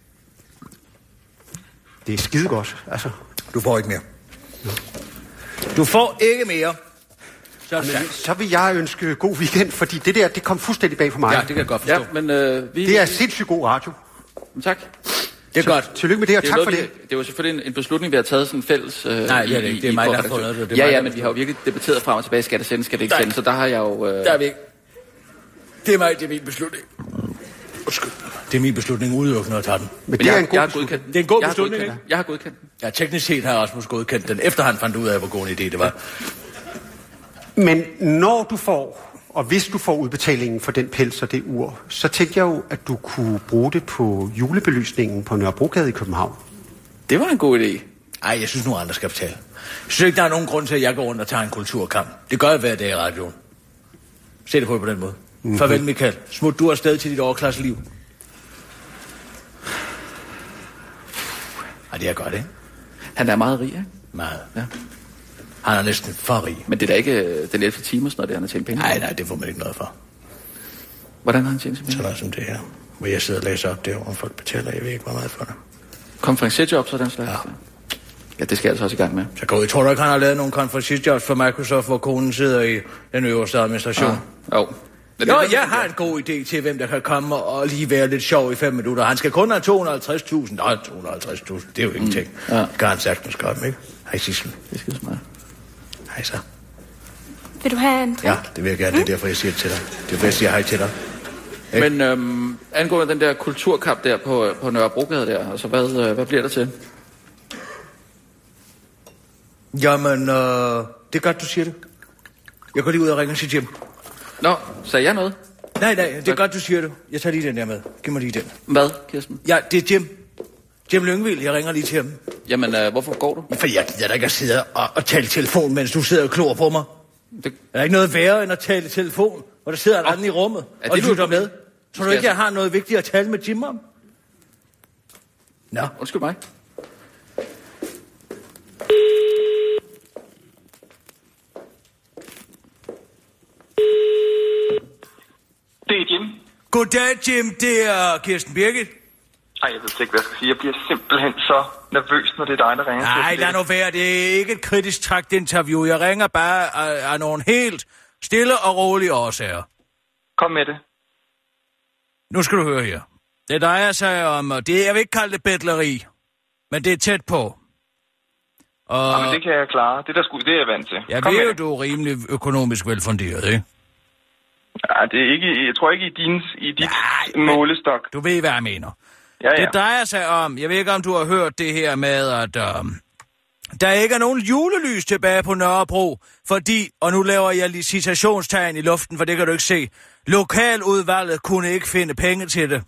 Det er skide godt, altså. Du får ikke mere. Du får ikke mere. Så, Men, så vil jeg ønske god weekend, fordi det der, det kom fuldstændig bag for mig. ja, det kan jeg godt forstå. Ja, men øh, vi... Det er sindssygt god radio. Tak. Det er godt. Tillykke med det, og Det er, tak jo for noget, det. vi, det er jo selvfølgelig en, en beslutning, vi har taget sådan fælles... Øh, Nej, det er det i- ikke. Det er i- mig, på der har redaktionen. fundet det. Det er Ja, mig, ja, der men vi har har jo virkelig debatteret frem og tilbage. Skal det sendes, skal det ikke Nej. sendes? Så der har jeg jo... Øh, Der er vi ikke. Det er mig, det er min beslutning. Undskyld. Det er min beslutning udelukkende at tage den. Men men det er jeg, en god jeg har beslutning. godkendt den. Det er en god jeg har beslutning, godkendt den. Jeg har godkendt den. Ja, teknisk set har Rasmus godkendt den, efter han fandt ud af, hvor god en idé det var. Men når du får, og hvis du får udbetalingen for den pels og det ur, så tænkte jeg jo, at du kunne bruge det på julebelysningen på Nørrebrogade i København. Det var en god idé. Ej, jeg synes, nogle andre skal betale. Jeg synes ikke, der er nogen grund til, at jeg går rundt og tager en kulturkamp. Det gør jeg hver dag i radioen. Se det på på den måde. Mm-hmm. Farvel, Michael. Smut du afsted til dit overklasse liv. Ej, det er godt, ikke? Han er meget rig, ikke? Meget. Ja. Han er næsten for rig. Men det er da ikke øh, den ellevte time, når det er, han har tjent penge. Nej, nej, det får man ikke noget for. Hvordan har han tjent penge? Sådan noget som det her. Hvor jeg sidder og læser op det, hvor folk betaler, jeg ved ikke, hvor meget for det. Konferencierjobs og den slags? Ja. Ja, det skal jeg altså også i gang med. Så går jeg tror du ikke, han har lavet nogle konferencierjobs for Microsoft, hvor konen sidder i den øverste administration? Ja. Jo. Det jo, jeg har en god idé til, hvem der kan komme og lige være lidt sjov i fem minutter. Han skal kun have to hundrede og halvtreds tusind. Nej, to hundrede og halvtreds tusind, det er jo ingenting. Mm. Ja. Skal han sagtens gøre, ikke? Hej, Sissel. Det skal smart. Hej så. Vil du have en drink? Ja, det vil jeg gerne. Mm. Det er derfor, jeg siger det til dig. Det er derfor, jeg siger hej til dig. Ikke? Men øhm, angående den der kulturkamp der på, på Nørrebrogade der, altså hvad, øh, hvad bliver der til? Jamen, øh, det er godt, du siger det. Jeg går lige ud og ringer til Jim. Nå, sagde jeg noget? Nej, nej, det er godt, du siger det. Jeg tager lige den der med. Giv mig lige den. Hvad, Kirsten? Ja, det er Jim. Jim Lyngvild, jeg ringer lige til ham. Jamen, øh, hvorfor går du? For jeg gider da ikke at sidde og, og tale telefon, mens du sidder og klor på mig. Det... Er der ikke noget værre end at tale telefon, hvor der sidder en oh. anden i rummet og lytter med? Tror du ikke, jeg har noget vigtigt at tale med Jim om? Nå. Undskyld mig. Det er Jim. Goddag, Jim. Det er Kirsten Birgit. Ej, jeg ved ikke, hvad jeg skal sige. Jeg bliver simpelthen så nervøs, når det er dig, der ringer. Nej, lad nu være. Det er ikke et kritisk trakt interview. Jeg ringer bare af, af nogle helt stille og rolige årsager. Kom med det. Nu skal du høre her. Det drejer sig om, det, jeg vil ikke kalde det betleri, men det er tæt på. Og... Jamen, det kan jeg klare. Det, der skulle, det er jeg vant til. Jeg ved jo, du er rimelig økonomisk velfunderet, ikke? Ja, det er ikke, jeg tror ikke i, din, i dit Nej, målestok. Du ved, hvad jeg mener. Ja, ja. Det drejer sig om, jeg ved ikke, om du har hørt det her med, at øh, der ikke er nogen julelys tilbage på Nørrebro, fordi, og nu laver jeg lige citationstegn i luften, for det kan du ikke se, lokaludvalget kunne ikke finde penge til det.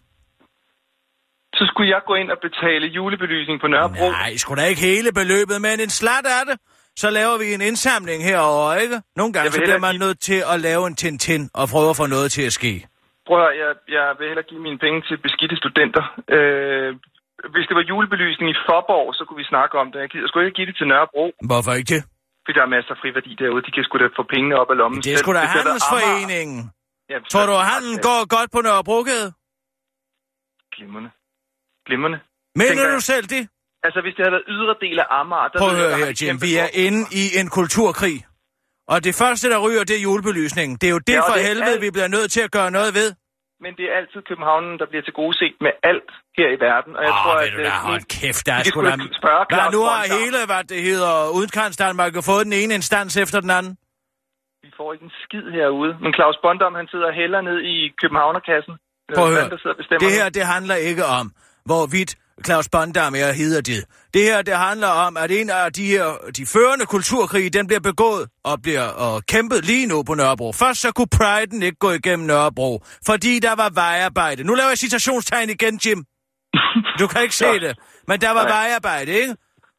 Så skulle jeg gå ind og betale julebelysning på Nørrebro? Nej, sgu da ikke hele beløbet, men en slat af det. Så laver vi en indsamling herover, ikke? Nogle gange så bliver man give... nødt til at lave en Tintin og prøve at få noget til at ske. Prøv at høre, jeg, jeg vil hellere give mine penge til beskidte studenter. Øh, hvis det var julebelysning i Forborg, så kunne vi snakke om det. Jeg gider sgu ikke give det til Nørrebro. Hvorfor ikke det? Fordi der er masser af friværdi derude. De kan sgu da få pengene op af lommen. Det er sgu da Handelsforeningen. Ja, tror du, at handlen går godt på Nørrebrogade? Glimrende. Glimrende. Mener du selv det? Altså, hvis det havde været ydre del af Amager... Der prøv at høre her, Jim. Vi er inde i en kulturkrig. Og det første, der ryger, det er julebelysningen. Det er jo det ja, for det helvede, alt... vi bliver nødt til at gøre noget ved. Men det er altid København, der bliver til gode set med alt her i verden. Og jeg Åh, tror, ved at... du da, hold kæft, der er sgu da... Hvad nu har hele, hvad det hedder, Udkantsdanmark fået den ene instans efter den anden. Vi får ikke en skid herude. Men Claus Bondam, han sidder heller ned i Københavnerkassen. Prøv at høre. Det her, det handler ikke om, hvorvidt Claus Bondam er hedder det. Det her, det handler om, at en af de her, de førende kulturkrige, den bliver begået og bliver og kæmpet lige nu på Nørrebro. Først så kunne Pride'en ikke gå igennem Nørrebro, fordi der var vejarbejde. Nu laver jeg citationstegn igen, Jim. Du kan ikke se det, men der var vejarbejde, ikke?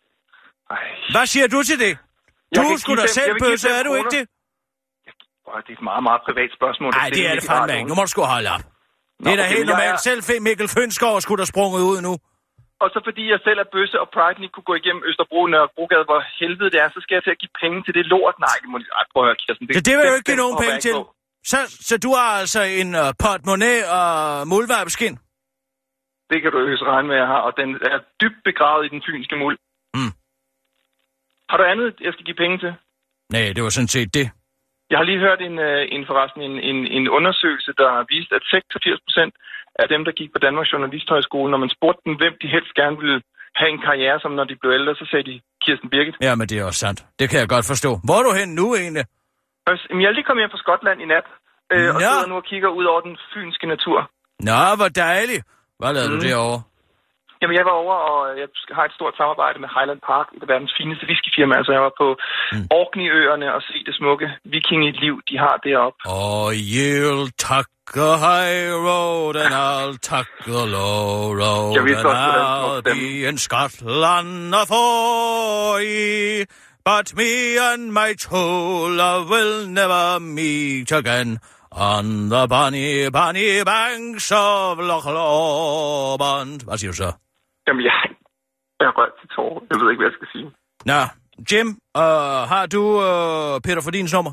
Hvad siger du til det? Du skulle da selv bøsse, er du ikke det? Det er et meget, meget privat spørgsmål. Nej, det er det fandme ikke. Nu må du sgu holde op. Det er da helt normalt. Selv Mikkel Fønsgaard skulle da sprunget ud nu. Og så fordi jeg selv er bøsse, og Pride ikke kunne gå igennem Østerbro og Nørrebrogade, hvor helvede det er, så skal jeg til at give penge til det lort. Nej, det må de... Ej, prøv at høre, Kirsten. Det, det, det vil jo ikke give nogen penge til. Så, så du har altså en uh, portemonnaie og muldvarpeskin? Det kan du øse regne med, jeg har, og den er dybt begravet i den fynske muld. Mm. Har du andet, jeg skal give penge til? Nej, det var sådan set det. Jeg har lige hørt en, en forresten en, en, en undersøgelse, der har vist, at seksogfirs procent af dem, der gik på Danmarks Journalisthøjskole, når man spurgte dem, hvem de helst gerne ville have en karriere, som når de blev ældre, så sagde de Kirsten Birgit. Ja, men det er også sandt. Det kan jeg godt forstå. Hvor er du hen nu egentlig? Jeg er lige kommet hjem fra Skotland i nat, øh, og sidder nu og kigger ud over den fynske natur. Nå, hvor dejligt. Hvad lavede mm. du derovre? Jamen, jeg var over, og jeg har et stort samarbejde med Highland Park, et af verdens fineste whiskyfirma. Altså, jeg var på mm. Orkneyøerne og se det smukke vikingeliv, de har deroppe. Og you'll tuck a high road, and I'll tuck a low road, and I'll be in Scotland for ye. But me and my true love will never meet again on the bonny, bonny banks of Loch Lomond. Hvad siger du så? Jamen, jeg, Jeg har rørt til tårer. Jeg ved ikke, hvad jeg skal sige. Nå, Jim, øh, har du øh, Peter Fordins nummer?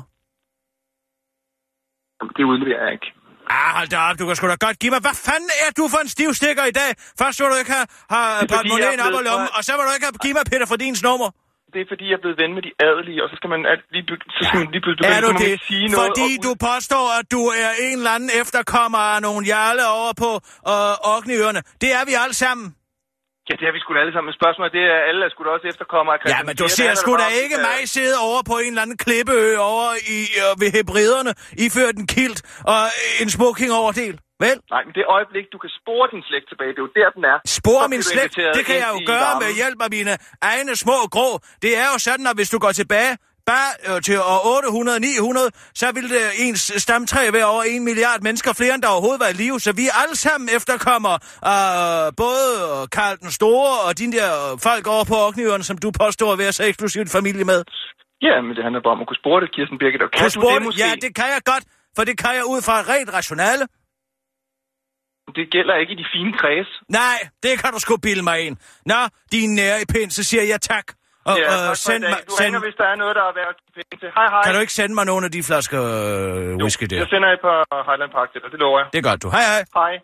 Jamen, det udleverer jeg ikke. Ah, hold da op, du kan sgu da godt give mig. Hvad fanden er du for en stivstikker i dag? Først vil du ikke have, have portemonnaien op og lommen, og så vil du ikke have give mig Peter Fordins nummer. Det er fordi, jeg er blevet ven med de adelige, og så skal man lige, så skal man lige begynde er du det? sige noget. Fordi og... du påstår, at du er en eller anden efterkommer af nogle jarle over på øh, Orkneyøerne. Det er vi alle sammen. Ja, det er vi sgu da alle sammen. Men spørgsmålet det er, alle er sgu da også efterkommer af Ja, men du ser sgu da ikke mig sidde over på en eller anden klippeø over i, øh, ved Hebriderne, iført en kilt og en smoking overdel. Vel? Nej, men det øjeblik, du kan spore din slægt tilbage, det er jo der, den er. Spore min slægt? Det kan jeg jo gøre med hjælp af mine egne små grå. Det er jo sådan, at hvis du går tilbage bare øh, til år otte hundrede ni hundrede, så ville det ens stamtræ være over en milliard mennesker flere, end der overhovedet var i live. Så vi alle sammen efterkommer øh, både Karl den Store og de der folk over på Orkneyøerne, som du påstår at være så eksklusivt familie med. Ja, men det handler bare om at kunne spore det, Kirsten Birgit. Og kan du det måske? Ja, det kan jeg godt, for det kan jeg ud fra et rent rationale. Det gælder ikke i de fine kreds. Nej, det kan du sgu bilde mig ind. Nå, din nære i pind, så siger jeg tak. Og, ja, øh, send mig, du send... ringer, hvis der er noget, der er værd penge til. Hej, hej. Kan du ikke sende mig nogle af de flasker øh, whisky der? Jeg sender et par Highland Park til dig, det lover jeg. Det gør du. Hej, hej. Hej.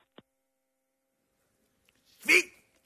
Vi...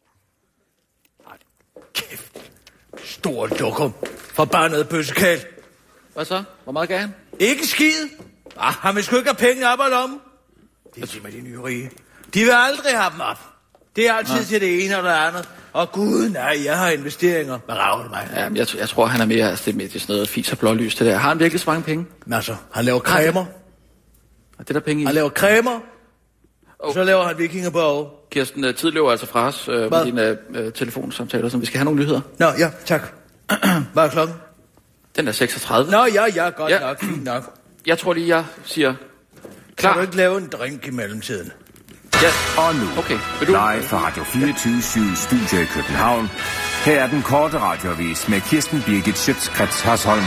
Kæft. Stor dukum. Forbandet bøssekald. Hvad så? Hvor meget gav han? Ikke skid. Ah, han vil sgu ikke have penge op og lommen. Det er simpelthen de nye rige. De vil aldrig have dem op. Det er altid ja. til det ene og det andet. Og gud, nej, jeg har investeringer. Hvad rager du mig? Ja, jeg, jeg tror, han er mere, altså, det er, det er sådan noget fis og blålys, det der. Har han virkelig så mange penge? Men altså, han laver cremer. Og det der penge i? Han laver cremer. Oh. Så laver han vikingeborg. Kirsten, tid løber altså fra os øh, med dine øh, telefonsamtaler, så vi skal have nogle nyheder. Nå, ja, tak. Hvad er klokken? Den er seksogtredive. Nå, ja, ja, godt ja. nok, fint nok. Jeg tror lige, jeg siger... Klar. Kan du ikke lave en drink i mellemtiden? Ja. Og nu, okay. Du... live fra Radio fireogtyve syv Studio i København. Her er den korte radioavis med Kirsten Birgit Schøtzgrads Hasholm.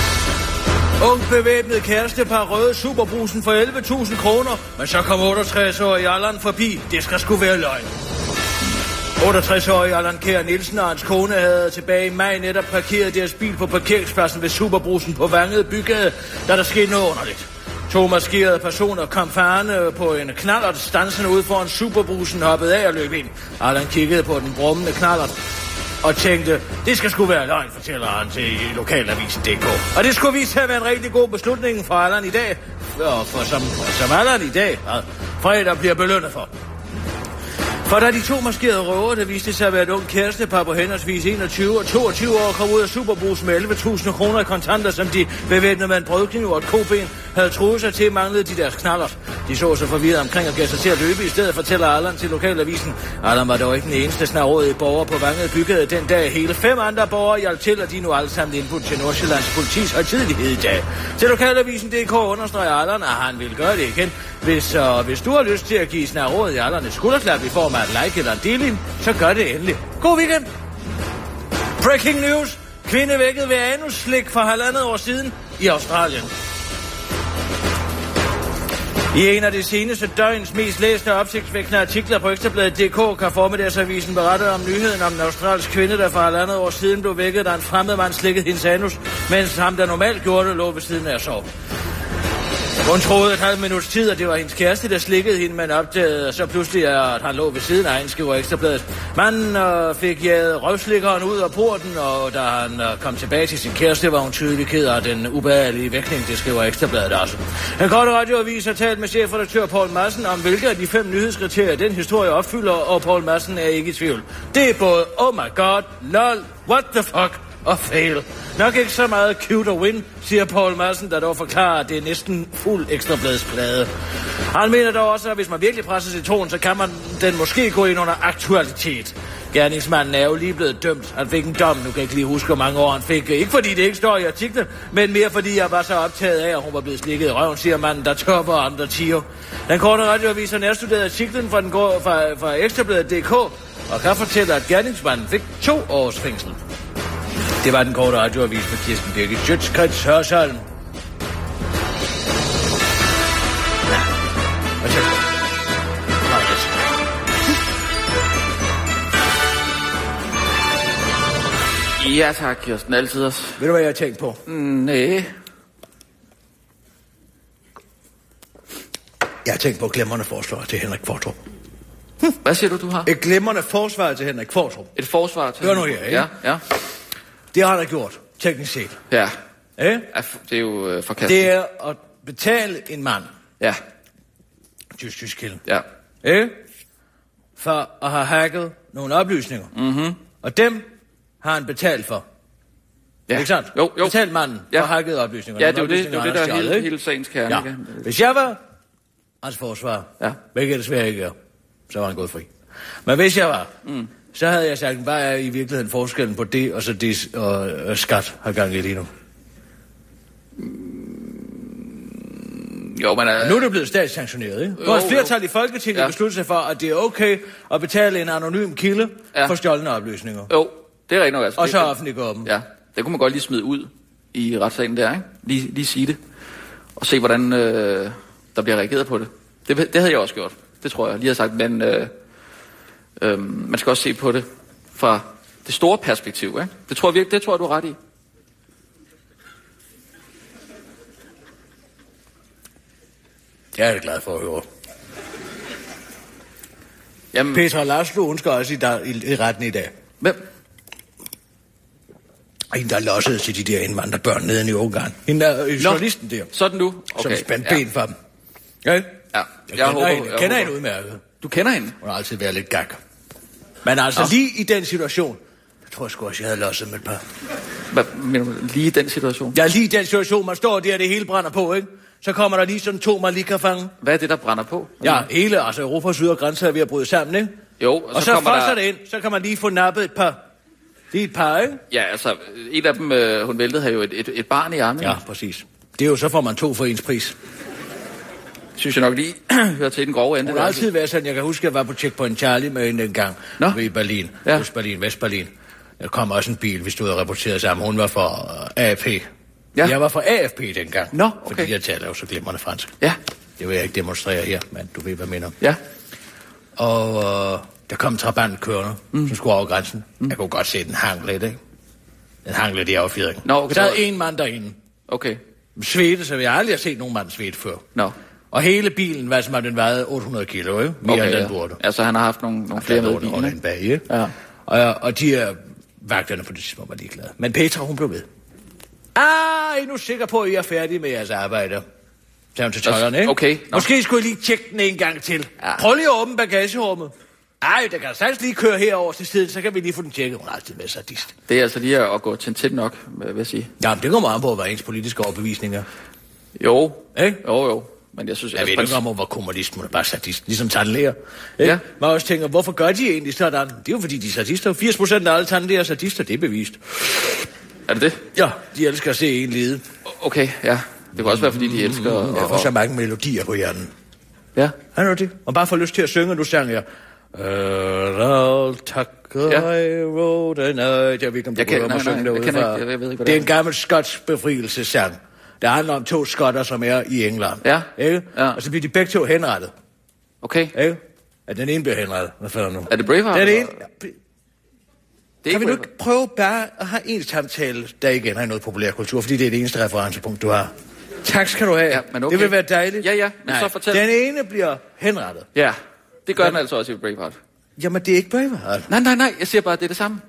Ung bevæbnet kærestepar røde Superbrusen for elleve tusind kroner, men så kom otteogtres-årige Allan forbi. Det skal sgu være løgn. otteogtres-årige Allan Kjær Nielsen og hans kone havde tilbage i maj netop parkeret deres bil på parkeringspladsen ved Superbrusen på Vangede Bygade, da der skete noget underligt. To maskerede personer kom farne på en knallert, stansende ud foran Superbrusen, hoppede af og løb ind. Allan kiggede på den brummende knallert og tænkte, det skal sgu være løgn, fortæller han til lokalavisen punktum d k. Og det skulle vise sig at være en rigtig god beslutning for Allan i dag, og for som, som Allan i dag, ja, fredag bliver belønnet for. For da de to maskerede røver, der viste sig at være et ung kærestepar på henholdsvis enogtyve og toogtyve år, kom ud af Superbrusen med elleve tusind kroner i kontanter, som de bevæbnet med en brødkniv og et koben havde troet sig til, manglede de deres knallert. De så sig forvirret omkring og gav sig til at løbe i stedet, fortæller Allan til lokalavisen. Allan var dog ikke den eneste snarrådige borger på Vangede Bygade den dag. Hele fem andre borgere hjalp til, og de nu alle sammen indbudt til Nordsjællands politis højtidelighed i dag. Til lokalavisen punktum d k understreger Allan, at han vil gøre det igen. Hvis, uh, hvis du har lyst til at give snarrådige Allan et skulderklap i form af et like eller en deling, så gør det endelig. God weekend! Breaking news! Kvinde vækket ved anusslik for halvandet år siden i Australien. I en af de seneste døgns mest læste og opsigtsvækkende artikler på Ekstrabladet punktum d k kan Formiddagsavisen berette om nyheden om en australsk kvinde, der for halvandet år siden blev vækket, da en fremmed mand slikkede hendes anus, mens ham, der normalt gjorde det, lå ved siden af at sove. Hun troede et halvt minuts tid, at det var hendes kæreste, der slikkede hende, men opdagede så pludselig, at han lå ved siden af hende, skriver Ekstrabladet. Manden øh, fik jaget røvslikkeren ud af porten, og da han øh, kom tilbage til sin kæreste, var hun tydelig ked af den ubehagelige vækning, det skriver Ekstrabladet også. En korte radioavis har talt med chefredaktør Poul Madsen om, hvilke af de fem nyhedskriterier den historie opfylder, og Poul Madsen er ikke i tvivl. Det er både oh my god, lol, what the fuck og fail. Nok ikke så meget cute og win, siger Poul Madsen, der dog forklarer, at det er næsten fuld Ekstrabladsplade. Han mener dog også, at hvis man virkelig presser citronen, så kan man den måske gå ind under aktualitet. Gerningsmanden er jo lige blevet dømt. Han fik en dom, nu kan jeg ikke lige huske, hvor mange år han fik. Ikke fordi det ikke står i artiklen, men mere fordi jeg var så optaget af, at hun var blevet slikket i røven, siger manden, der topper andre tiger. Den korte radioavis har nærstuderet artiklen fra, den går, fra, fra Ekstrabladet punktum d k og kan fortælle, at gerningsmanden fik to års fængsel. Det var den korte radioavis med Kirsten Birgit Schøtzgrads Hasholm. Hvad så? Ja tak, Kirsten. Altid også. Ved du, hvad jeg har tænkt på? Mm, nej. Jeg har tænkt på glimrende forsvar til Henrik Qvortrup. Hm. Hvad siger du, du har? Et glimrende forsvar til Henrik Qvortrup. Et forsvar til Hør nu her, ikke? Ja, ja. Det har han da gjort, teknisk set. Ja. Eh? Det er jo øh, forkasteligt. Det er at betale en mand. Ja. Tysk, tysk kilde. Ja. Eh? For at have hacket nogle oplysninger. Mhm. Og dem har han betalt for. Ja. Ikke sandt? Jo, jo. Betalt manden Ja. for hacket oplysninger. Ja, det er jo det, oplysninger, det, er det der er han har hele, stjålet, ikke? hele sagens kerne. Ja. Ikke? Hvis jeg var hans forsvar, Ja. hvilket jeg desværre ikke er, så var han gået fri. Men hvis jeg var, mm. så havde jeg sagt, hvad er i virkeligheden forskellen på det, og så det, og, og skat har gang i lige nu? Jo, men... Uh... Nu er det blevet statssanktioneret, ikke? Vores flertal i Folketinget ja. beslutter sig for, at det er okay at betale en anonym kilde ja. for stjålne oplysninger. Jo, det er rigtigt nok. Altså, og det, så offentliggøre dem. Ja, det kunne man godt lige smide ud i retssagen der, ikke? Lige, lige sige det. Og se, hvordan øh, der bliver reageret på det. det. Det havde jeg også gjort. Det tror jeg lige har sagt. Men øh, øh, man skal også se på det fra det store perspektiv, ikke? Det tror jeg virkelig, det tror jeg, du er ret i. Jeg er da glad for at høre. Jamen... Petra Laszlo, hun skal også i, dag, i, i retten i dag. Hvem? En, der lossede til de der indvandrerbørn nede i Ungarn. Hende der øh, journalisten der. Sådan du? Okay. Som spændte ja. ben for dem. Ja? Ja. Jeg, jeg jeg kender håber, hende, jeg kender håber. hende udmærket. Du kender hende? Hun har altid været lidt gag. Men altså Nå. lige i den situation, jeg tror sgu også, jeg havde losset med et par. Hvad mener du? Lige i den situation? Ja, lige i den situation, man står der, og det hele brænder på, ikke? Så kommer der lige sådan to malika-fange. Hvad er det, der brænder på? Ja, hele, altså Europas ydre grænser er ved at bryde sammen, ikke? Jo, og så, og så kommer først der... det ind, så kan man lige få nappet et par. Det er et par, ikke? Ja, altså, en af dem, øh, hun væltede, havde jo et, et, et barn i armen. Ja, præcis. Det er jo, så får man to for ens pris. Synes jeg nok lige hører til den grove ende. Hun har altid været sådan, jeg kan huske, at jeg var på Checkpoint Charlie med hende en gang i Berlin. Ja. Øst-Berlin, Vest-Berlin. Der kom også en bil, vi stod og rapporterede sammen. Hun var fra A F P. Ja. Jeg var fra A F P dengang. Nå, okay. Fordi jeg taler jo så glimrende fransk. Ja. Det vil jeg ikke demonstrere her, men du ved, hvad jeg mener. Ja. Og øh, der kom en trabant kørende, mm. som skulle over grænsen. Mm. Jeg kunne godt se, den hang lidt, ikke? Den hang lidt i affjedringen. Nå, okay. Så havde en mand derinde. Okay. Svede, så jeg aldrig har set nogen mand svede før. Nå. Og hele bilen, hvad som har den vejet otte hundrede kilo, ikke? Mere okay, end den ja. burde. Altså, han har haft nogle, nogle flere med i bilen, ikke? Bag, ikke? Ja. Og, og de her vagterne på det tidspunkt var ligeglade. Men Petra, hun blev ved. Ah, I er nu sikker på, at I er færdige med jeres arbejde? Så hun til tollerne, ikke? Okay. Nå. Måske skulle I lige tjekke den en gang til. Ja. Prøv lige at åbne bagagerummet. Ej, der kan sagtens lige køre herover til siden, så kan vi lige få den tjekket. Hun er altid med sadist. Det er altså lige at gå til tæt nok, vil jeg sige. Jamen, det kommer an på, hvad ens politiske overbevisninger. Jo. Ikke? Jo, jo. Men jeg synes... Jeg, jeg ved ikke om, hvor kommunist, hun er bare sadist. Ligesom tandlæger. Ikke? Ja. Man også tænker, hvorfor gør de egentlig sådan? Det er jo fordi, de er sadister. firs procent af alle tandlæger er sadister, det er bevist. Er det det? Ja, de elsker at se en lide. Okay, ja. Det kan også være, fordi de elsker... Mm, jeg får så mange melodier på hjernen. Ja. Er det det? Og bare får lyst til at synge, nu sang jeg... I'll tuck I road and night. Jeg ved ikke, om du jeg kan, nej, synge nej, jeg kender fra. ikke, jeg ved ikke, hvad det er en gammel skotsk befrielsessang. Der handler om to skotter, som er i England. Ja. Ikke? Ja. Og så bliver de begge to henrettet. Okay. Ikke? At den ene bliver henrettet. Hvad fanden nu? Er det Braveheart? Den ene... Det kan vi nu ikke prøve bare at have en samtale, der igen har noget populærkultur, fordi det er det eneste referencepunkt, du har. Tak skal du have. Ja, men okay. Det vil være dejligt. Ja, ja. Men nej, så fortæl. Den ene bliver henrettet. Ja, det gør ja. den altså også i Braveheart. Jamen, det er ikke Braveheart. Nej, nej, nej. Jeg siger bare, at det er det samme.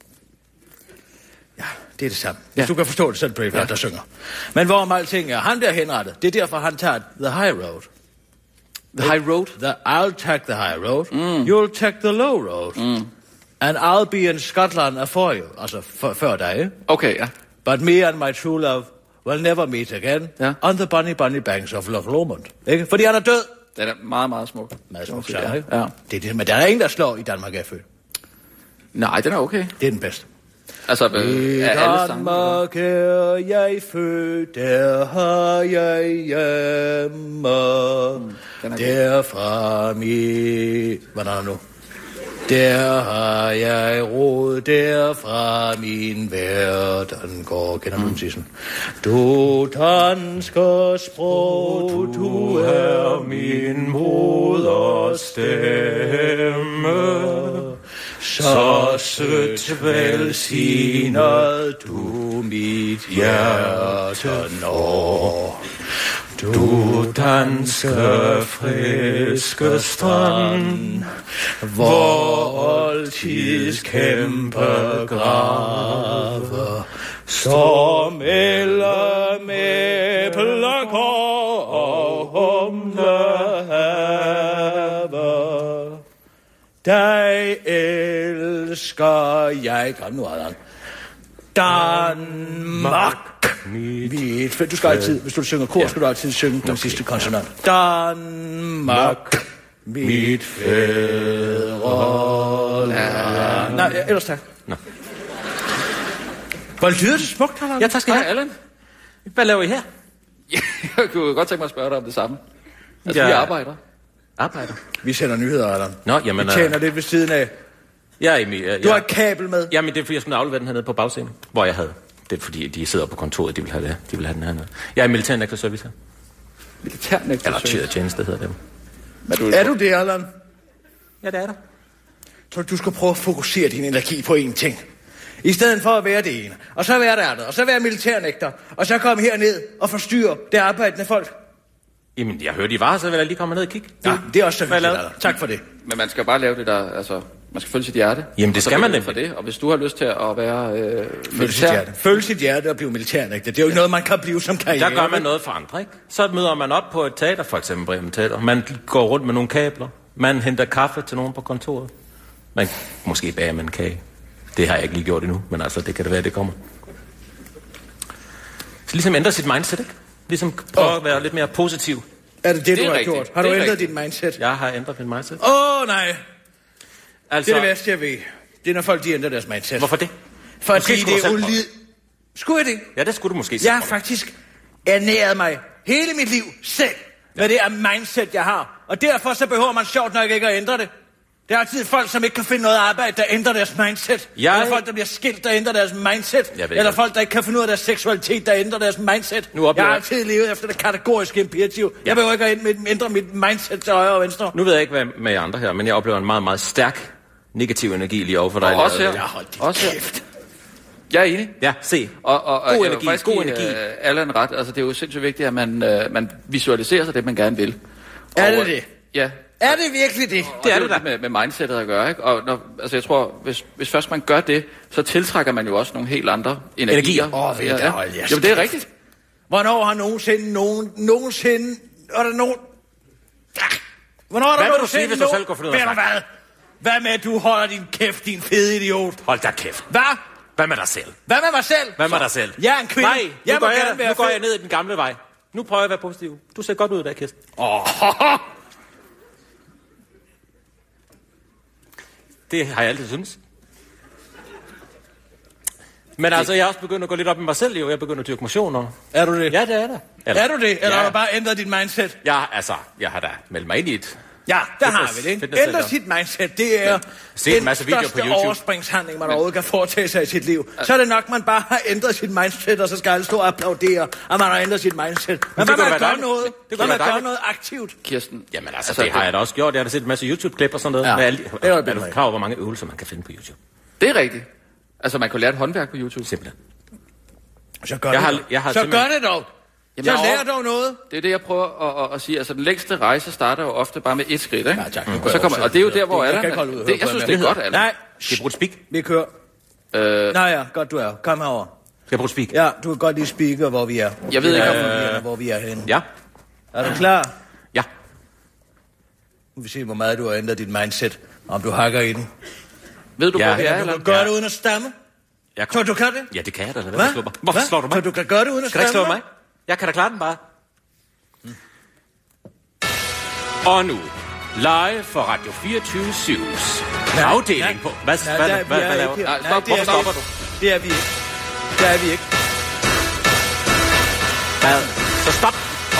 Ja, det er det samme. Hvis ja. du kan forstå det, så er det Braveheart, ja. der synger. Men hvorom alting er, han bliver henrettet. Det er derfor, han tager the high road. The high road? The, I'll take the high road. Mm. You'll take the low road. Mm. And I'll be in Scotland for you. Altså, for, før dig. Okay, ja. But me and my true love will never meet again. Ja. On the bunny bunny banks of Loch Lomond. Ikke? Fordi han er død. Det er meget, meget smuk. Meget smuk, ja. ja. ja. Det er det, men der er ingen, der slår i Danmark er født. Nej, den er okay. Det er den bedste. Altså, øh, I er Danmark er jeg født, der har jeg hjemme. Mm, derfra mi... Hvordan er det nu? Der har jeg råd, derfra min verden går. Kender du den sidste? Du dansker sprog, du er min moders stemme. Så sødt velsignet du mit hjerte når. Du danske friske strand, hvor altids kæmpe grave står mellem æblekår og humlehave. Dig elsker jeg. Kom nu, Adam. Danmark. Mit. Du skal altid, hvis du synger kor, skal du altid synge den sidste konsonant. Danmark. Mit fædreland. Nej, ellers tak. Nå. Hvor lyder det smukt, Allan? Ja, tak skal I have. Allan. Hvad laver I her? Jeg kunne godt tænke mig at spørge dig om det samme. Altså, Ja. vi arbejder. Arbejder. Vi sender nyheder, Allan. Nå, jamen... Vi tjener lidt ved siden af. Jeg er Emil. Jeg, Du har et kabel med. Jamen, det er fordi, jeg skulle aflevere den hernede på bagscenen, hvor jeg havde. Det er fordi, de sidder på kontoret, de vil have det. De vil have den hernede. Jeg er militærnægterservice her. Militærnægterservice? Eller tjeneste hedder det. Er du, er du det, Allan? Ja, det er der. Så du skal prøve at fokusere din energi på én ting. I stedet for at være det ene, og så være det andet, og så være militærnægter, og så komme herned og forstyrre det arbejdende folk. Jamen, jeg hørte, I var, så vil jeg lige komme ned og kigge. Ja, det er også så Hvad hyggeligt, lavede? Allan. Tak for det. Men man skal bare lave det der, altså... Man skal følge sit hjerte. Jamen, det skal man nemlig for det. Og hvis du har lyst til at være øh, Følge sit militær... hjerte. Følge sit hjerte og blive militærnægter. Det er jo ikke noget, man kan blive som karriere. Der gør man noget for andre, ikke? Så møder man op på et teater, for eksempel Bremen Teater. Man går rundt med nogle kabler. Man henter kaffe til nogen på kontoret. Man måske bager med en kage. Det har jeg ikke lige gjort endnu, men altså, det kan det være, det kommer. Så ligesom ændre sit mindset, ikke? Ligesom prøve Oh. at være lidt mere positiv. Er det det, Det du er har rigtigt. gjort? Har du Det er ændret rigtigt. dit mindset? Jeg har ændret mit mindset. Åh, oh, nej. Altså, Det er det værste, jeg ved. Det er, når folk de ændrer deres mindset. hvorfor det? Fordi Måske skulle det du er selv prøve. ulid... Skulle jeg det? Ja, det skulle du måske Jeg har sige. faktisk ernæret mig hele mit liv selv med det er mindset, jeg har. Og derfor så behøver man sjovt nok ikke at ændre det. Der er altid folk, som ikke kan finde noget arbejde, der ændrer deres mindset. Jeg- Eller folk, der bliver skilt, der ændrer deres mindset. Jeg ved Eller ikke. folk, der ikke kan finde ud af deres seksualitet, der ændrer deres mindset. Nu oplever jeg har jeg- altid levet efter det kategoriske imperativ. Jeg behøver ikke at ænd- ændre mit mindset til højre og venstre. Nu ved jeg ikke, hvad med jer andre her, men jeg oplever en meget, meget stærk negativ energi lige overfor dig. Og også her. Jeg har dit Også her. kæft. Jeg er enig. Ja, se. Og, og, og God jeg vil energi, faktisk god give, energi. øh, Allan ret. Altså, det er jo sindssygt vigtigt, at man, øh, man visualiserer sig det, man gerne vil. Er Og, det øh, det? Ja. Er det virkelig det? Og Det er jo det da. med, med mindsetet at gøre, ikke? Og når, altså, jeg tror, hvis, hvis først man gør det, så tiltrækker man jo også nogle helt andre energier. Energier. Åh, ved jeg da, hold jeres Jo, det er kæft. rigtigt. Hvornår har nogensinde nogen... Nogensinde... Er der nogen... Ah, Hvornår er der Hvad vil du nogensinde sige, hvis du nogen- selv går for noget Ved du at snakke? hvad? Hvad med, at du holder din kæft, din fede idiot? Hold da kæft. Hvad? Hvad med dig selv? Hvad med mig selv? Hvad med dig selv? Jeg er en kvinde. Nej, nu, jeg må går, gerne jeg, være nu går fed. jeg ned i den gamle vej. Nu prøver jeg at være positiv. Du ser godt ud der, Kirsten. Åh, Det har jeg altid syntes. Men altså, jeg er også begyndt at gå lidt op med mig selv, jo. Jeg er begyndt at dyrke motion. Og... er du det? Ja, det er der. Er du det? Eller Ja. har du bare ændret dit mindset? Ja, altså, jeg har da meldt mig ind i et... Ja, der Fitness- har vi det, ikke? fitnesscenter. Ændre sit mindset, det er se en den masse videoer på største YouTube. overspringshandling, man overhovedet kan foretage sig i sit liv. Så er det nok, man bare har ændret sit mindset, og så skal alle stå og applaudere, at man har ændret sit mindset. Men det hvad kunne med da at være gøre dejligt. noget? Det kunne Hvad med være at gøre dejligt. noget aktivt? Kirsten. Jamen altså, altså det har jeg da også gjort. Jeg har da set en masse YouTube-klip og sådan noget. Ja, Med alle... det er jo Er bedre. du klar over, hvor mange øvelser man kan finde på YouTube? Det er rigtigt. Altså, man kan lære et håndværk på YouTube. Simpelthen. Så gør Jeg det har- dog. jeg har Så gør simpelthen- det dog. Jamen, Så jeg lær over- dog noget. Det er det, jeg prøver at, at, at sige. Altså, den længste rejse starter jo ofte bare med et skridt, ikke? Ja, tak. Nu Og, går så jeg kommer, over og det er jo selv. der, hvor Jeg Allan... kan ikke holde ud og det, høre jeg på synes, jer det er mere. godt, Allan. Nej, Skal jeg bruge et speak? vi kører. Øh, Nej, ja, godt du er. Kom herover. Skal jeg bruge et speak? Ja, du kan godt lige speake, hvor vi er. Jeg ved ikke, om- om... hvor vi er henne. Ja. Er du klar? Ja. Nu vil vi se, hvor meget du har ændret dit mindset. Om du hakker i den. ved du, Ja. hvor vi er, Ja, du Allan? kan gøre Ja. det uden at stamme. Jeg Så du kan det? Ja, det kan jeg da. Hvad? Hvad? Slå mig. Hvorfor Hvad? slår du mig? Så du kan gøre det uden at Skal du ikke stamme? slå mig? Jeg kan da klare den bare. Og nu, live for Radio fireogtyve syvs afdeling på... Hvad, Nej, hvad, der, hvad, vi hvad, er hvad laver ikke du? her. Nej, stop. det er Hvorfor vi stopper ikke. du? Det er vi ikke. Det er vi ikke. Hvad? Så stop.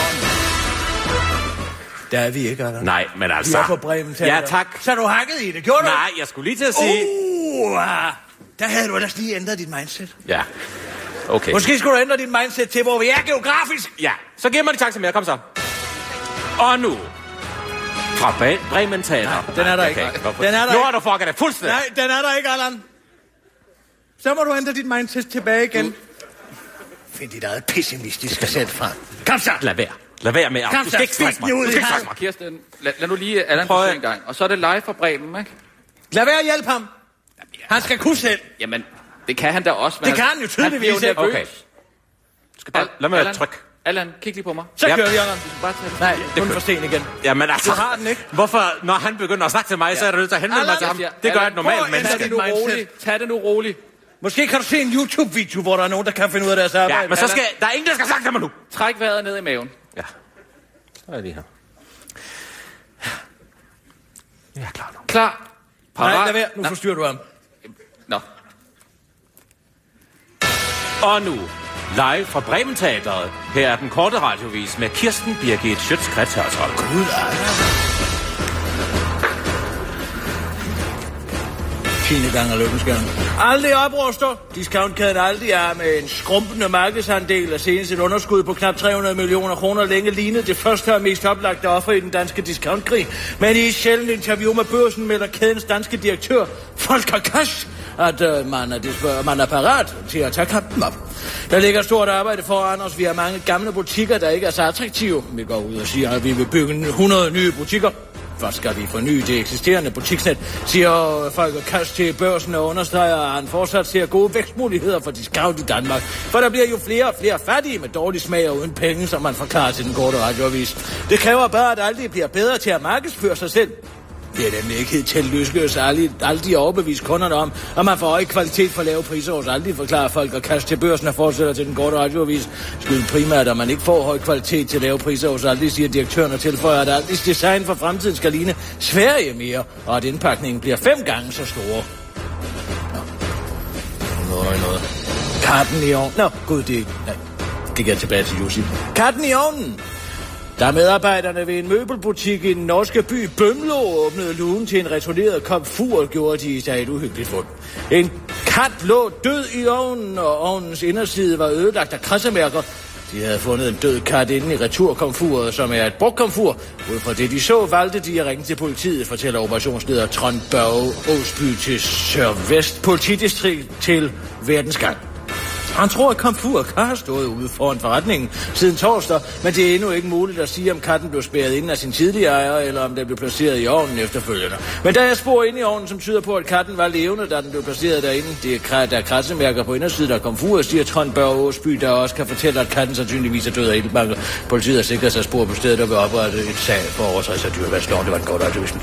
Det er vi ikke, Allan. Nej, men Vi altså... er på Bremen Teater. Ja, tak. Så du hakket i det, gjorde du? Nej, jeg skulle lige til at sige... Uh, der havde du ellers lige ændret dit mindset. Ja, okay. Måske skulle du ændre dit mindset til, hvor vi er geografisk. Ja, så giv mig de chance mere. Kom så. Og nu, Fra Bre- Bremen Teater. Nej, den er der ikke. Okay, Den er der nu ikke. har du fucket det fuldstændig. Nej, den er der ikke, Allan. Så må du ændre dit mindset tilbage igen. Du... Find dit eget pessimistiske sæt fra. Kom så! Lad være. Lad være med. Kom Du så, skal ikke stresse spis mig. den ud Du i skal ikke halsen. stresse mig. Kirsten, lad, lad nu lige Allan Prøv at- forsøge en gang. Og så er det live fra Bremen, ikke? Lad være at hjælpe ham. Han skal kunne selv. Jamen, det kan han da også. Men Det kan han jo tydeligvis Han bliver ikke. jo nervøs. Okay. Du skal bare... Lad mig Allan, trykke. Allan, kig lige på mig. Så Ja. kører vi, Allan. Bare tag det. Nej, det kun kører. for sen igen. Jamen altså... Du har den ikke. Hvorfor, når han begynder at snakke til mig, så er du nødt til at henvende mig til ham. Jeg Det siger, gør Allan, et normalt prøv at menneske. ændre Tag det nu Mindset. roligt. Tag det nu roligt. Måske kan du se en YouTube-video, hvor der er nogen, der kan finde ud af deres arbejde. Ja, men så skal... Der er ingen, der skal snakke til mig nu. Træk vejret ned i maven. Ja. Så er jeg lige her. Jeg er klar nu. Klar. Parat. Nej, lad være. Nu Nå. forstyrrer du ham. Nå. Og nu, live fra Bremen Teateret. Her er den korte radiovis med Kirsten Birgit Schøtz-Krets Hørsholm. Gud, Allan. Tiende gang og lykkens gang. Aldrig opruster. Discountkæden aldrig er med en skrumpende markedsandel og senest et underskud på knap tre hundrede millioner kroner længe lignede det første og mest oplagte offer i den danske discountkrig. Men i et sjældent interview med Børsen melder kædens danske direktør, Volker Kasch, at øh, man, er disp- man er parat til at tage kampen op. Der ligger et stort arbejde foran os. Vi har mange gamle butikker, der ikke er så attraktive. Vi går ud og siger, at vi vil bygge hundrede nye butikker. Først skal vi forny det eksisterende butiksnet, siger Volker Kasch til Børsen og understreger, at han fortsat ser gode vækstmuligheder for discount i Danmark. For der bliver jo flere og flere fattige med dårlig smag og uden penge, som man forklarer til den korte radioavis. Det kræver bare, at aldrig bliver bedre til at markedsføre sig selv. Det er nemlig ikke helt til lykkedes aldrig, aldrig overbevise kunderne om, at man får høj kvalitet for lave priser hos aldrig, forklarer folk og Kasch til Børsen og fortsætter til den korte radioavis. Skyld primært, at man ikke får høj kvalitet til lave priser hos aldrig, siger direktøren og tilføjer, at aldrigs design for fremtiden skal ligne Sverige mere, og at indpakningen bliver fem gange så store. Nå. Noget, noget. Karten i ovnen. Nå, gud, det er... Nej, det går tilbage til Jussi. Karten i ovnen! Da medarbejderne ved en møbelbutik i den norske by Bømlo åbnede lugen til en returneret komfur, gjorde de sig et uhyggeligt fund. En kat lå død i ovnen, og ovnens inderside var ødelagt af kradsemærker. De havde fundet en død kat inde i returkomfuret, som er et brugtkomfur. Ud fra det, de så, valgte de at ringe til politiet, fortæller operationsleder Trond Børge Åsby til Sørvest Politidistrikt til Verdensgang. Han tror, at komfur har stået ude foran forretningen siden torsdag, men det er endnu ikke muligt at sige, om katten blev spærret inde af sin tidligere ejer, eller om den blev placeret i ovnen efterfølgende. Men der er spor inde i ovnen, som tyder på, at katten var levende, da den blev placeret derinde. Det er, der er kradsemærker på indersiden af komfuret, siger Trond Børge Åsby, der også kan fortælle, at katten sandsynligvis er død af iltmangel. Politiet har sikret sig spor på stedet, der vil oprette et sag for overtrædelse af dyreværnsloven. Det var en god aktivisme.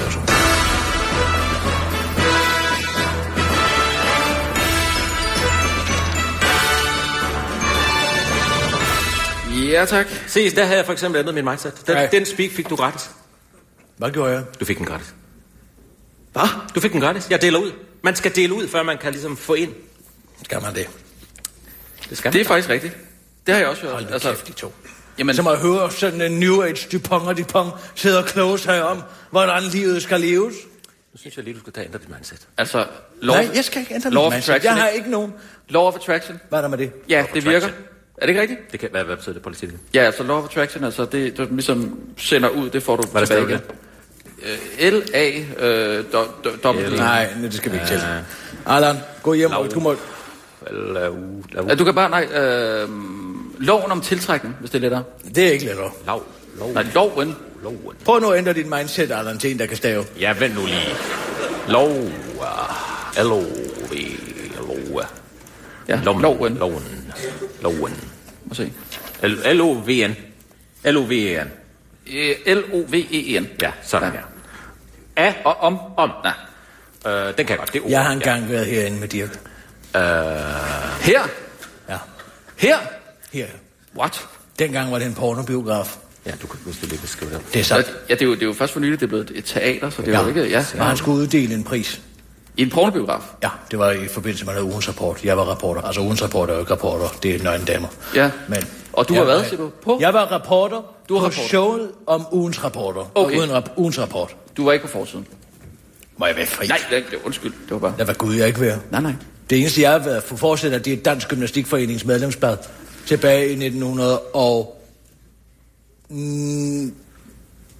Ja, tak. Ses, der havde jeg for eksempel ændret min mindset. Den, Nej. den speak fik du gratis. Hvad gjorde jeg? Du fik den gratis. Hvad? Du fik den gratis. Jeg deler ud. Man skal dele ud, før man kan ligesom få ind. Skal man det? Det skal Det man. er faktisk rigtigt. Det har jeg også hørt. Hold altså, kæft, de to. Jamen, Så må jeg høre sådan en New Age Dupont og Dupont sidder og kloge sig om, hvordan livet skal leves. Nu synes jeg lige, du skal tage ændre dit mindset. altså... Law, Nej, jeg skal ikke ændre Law mit of mindset. attraction, Jeg har ikke? ikke nogen. Law of attraction. Hvad er der med det? Ja, det virker. attraction. Er det ikke rigtigt? Det kan, hvad, hvad betyder det på politik? Ja, altså law of attraction, altså det, du ligesom sender ud, det får du Hvad tilbage der igen. Øh, L A øh, do- do- W. Nej, det skal vi ikke til. Allan, gå hjem og du må... Eller u... Ja, du kan bare, nej, øh, loven om tiltrækning, hvis det er lettere. Det er ikke lettere. Lav. Lov. Nej, loven. Loven. Prøv nu at ændre dit mindset, Allan, til en, der kan stave. Ja, vent nu lige. Lov. L O V. Lov. Ja, Loven. loven. Loven. Loven. Må se. L O V N. L O V E N. Øh, L O V E N. Ja, sådan Ja. her. Af Og om. om. Nej. Øh, den kan jeg godt. Det er ord. Jeg har engang været herinde med Dirk. Øh, Her. Ja, Her. her. What? Dengang var det en pornobiograf. ja, du kan, hvis du lige beskrive det. Det er Ja, sandt. ja, det er jo, det er jo først for nylig, det er blevet et teater, så det er Ja, jo ikke... Ja, og han skulle uddele en pris. I en pornobiograf. Ja, det var i forbindelse med noget ugens rapport. Jeg var reporter. Altså ugens rapport er jo ikke reporter. Det er nøgne damer. Ja. Men Og du jeg var hvad, var- siger du? På? Jeg var reporter Du var på reporter. showet om ugens rapporter. Okay. Og uden rap- ugens rapport. Du var ikke på forsiden. Må jeg være fri? Nej, det, det, undskyld. Det var bare... Lad hvad Gud jeg ikke være. Nej, nej. Det eneste, jeg har været for fortsætter, det er Dansk Gymnastikforenings medlemsblad. Tilbage i nitten hundrede og... Mm,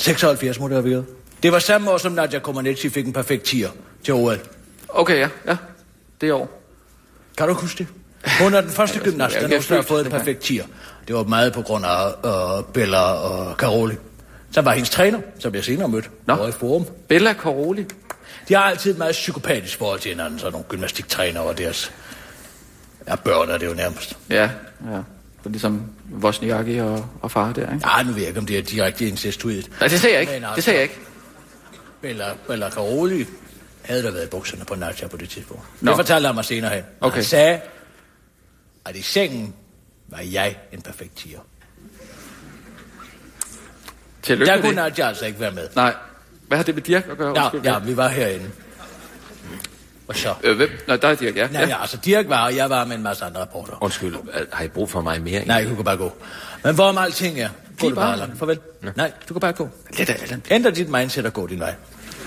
seksoghalvfjerds må det have været. Det var samme år, som Nadia Comaneci fik en perfekt tier til O L. Okay, ja. Ja. Det er år. Kan du huske det? Hun er den første gymnast, der nogensinde har fået en perfekt tier. Det var meget på grund af uh, Bella og Caroli. Så var hendes træner, som jeg senere mødte over i Forum. Bella Caroli? De har altid et meget psykopatisk forhold til hinanden, så nogle gymnastiktræner og deres... Ja, børn er det jo nærmest. Ja, ja. Det er ligesom Wozniacki og, og far der, ikke? Ja, nu ved jeg ikke, om det er direkte incestuelt. Nej, det sagde jeg ikke. Det sagde jeg ikke. Bella, Bella Caroli havde der været i bukserne på Nadia på det tidspunkt. Nå. Det fortalte han mig senere hen. Okay. Han sagde, at i sengen var jeg en perfekt tiger. Tillykke Der med kunne det. Nadia altså ikke være med. Nej. Hvad har det med Dirk at gøre? Ja, Undskyld, ja, vi var herinde. Og så... Øh, hvem? Nej, der er Dirk, ja. Nej, ja, altså Dirk var, og jeg var med en masse andre rapporter. Undskyld, har I brug for mig mere? Nej, du kan bare gå. Men hvorom alting er, gå du bare, Allan. Farvel. Nå. Nej, du kan bare gå. Lidt af Allan. Ændre dit mindset og gå din vej.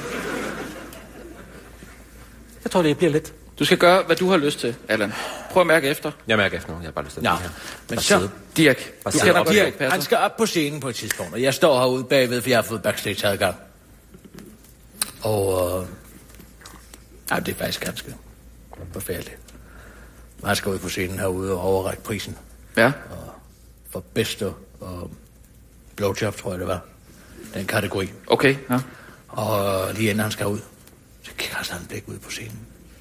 Jeg tror, det bliver lidt. Du skal gøre, hvad du har lyst til, Allan. Prøv at mærke efter. Jeg mærker efter nu. Jeg har bare lyst til Ja, det her. men Bare så... sidde. Dirk. Bare Du sidde kender op. godt Dirk, Dirk Passer. han skal op på scenen på et tidspunkt, og jeg står herude bagved, for jeg har fået backstage-adgang. Og... Øh... Ej, det er faktisk ganske forfærdeligt. Men han skal ud på scenen herude og overrække prisen. Ja. Og for bedste og blowjob, tror jeg det var. Den kategori. Okay, ja. Og lige inden han skal ud, så kigger han sådan en blik ud på scenen.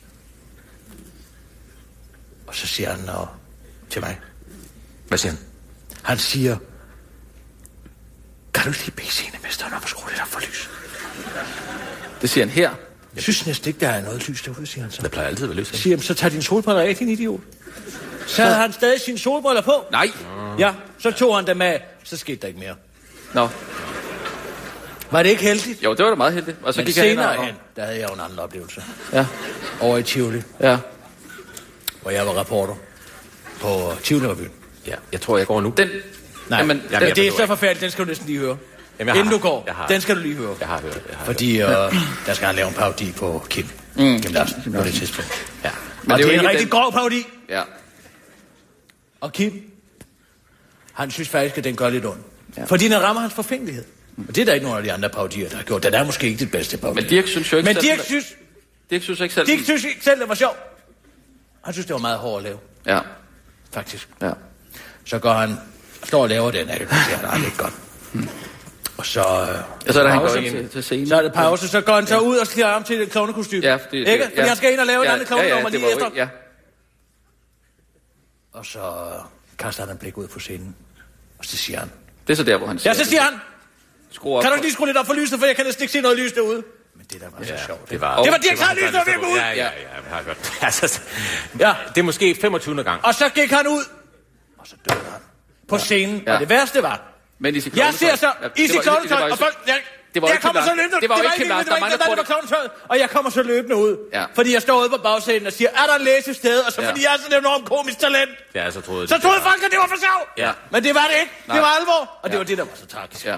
Og så siger han og, til mig. Hvad siger han? Han siger, kan du lige bede scenemesteren om at skrue lidt op for lys? Det siger han her. Jeg synes næsten ikke, der er noget lys derude, siger han så. Der plejer altid at være lyst. Siger han, så tag din solbriller af, din idiot. Så havde han stadig sine solbriller på. Nej. Ja, så tog han dem af, så skete der ikke mere. Nå. Var det ikke heldigt? Jo, det var da meget heldigt. Og så Men gik jeg senere hen og... hen, der havde jeg jo en anden oplevelse. Ja. Over i Tivoli, Ja. hvor jeg var reporter på Tivoli-revyen. Ja, jeg tror, jeg går nu. Den... Nej, Jamen, den, jeg det er behøver så ikke. forfærdeligt, den skal du næsten lige høre. Jamen, jeg Inden har- du går, jeg har- den skal du lige høre. Jeg har hørt. Jeg har Fordi øh, der skal han lave en parodi på Kim. Mm. Kim Larsen på det tidspunkt. Ja. Men og det er det jo er en ikke rigtig den- grov parodi. Ja. Og Kim, han synes faktisk, at den gør lidt ondt. Ja. Fordi den rammer hans forfængelighed. Og det er der ikke nogen af de andre parodier, der har gjort. Den er måske ikke det bedste parodi. Men Dirk synes jo ikke Men selv... Dirk synes, Dirk synes ikke selv... Dirk synes ikke selv, det var sjov. Han synes, det var meget hårdt at lave, Ja. faktisk. Ja. Så går han, står og laver den, og det er han lidt godt. Hmm. Og så... Øh, Og så er der, han går pause. ind til, til scenen. Så er det pause, så går han så ud og sklider ham til et klovnekostyme. Ja, fordi... Ikke? Fordi ja. han skal ind og lave ja, et andet klovnenummer ja, ja, det lige var efter. jo- Ja. Og så øh, kaster han en blik ud på scenen. Og så siger han... Det er så der, hvor han siger... Ja, så siger han... Skru op. Kan du ikke lige skrue lidt op for lyset, for jeg kan næsten ikke se noget lys derude. Men det der var så sjovt. Det var... Det var Dirk, han lys, der var ved at gå ud. Ja, ja, ja, jeg har godt. Altså, Ja. det er måske femogtyvende gang. Og så gik han ud. Og så døde han. På scenen. Ja. Og det værste var... Men i sit Jeg ser så Ja, i det sit var- det klovnetøj, var jo og så- folk... Jeg, det var jeg ikke kommer Kim så Larsen. løbende... Det var ikke Kim ikke Larsen. det var Der er ikke mange, det, der der var klovnetøjet. Og jeg kommer så løbende ud. Ja. Fordi jeg står ude på bagsæden og siger, er der en læsested? Og så Ja. fordi jeg er sådan et enormt komisk talent. Ja, så troede Så troede folk, at det var for sjov. Ja. Men det var det ikke. Nej. Det var alvor. Og det Ja. var det, der var så tragisk. Ja.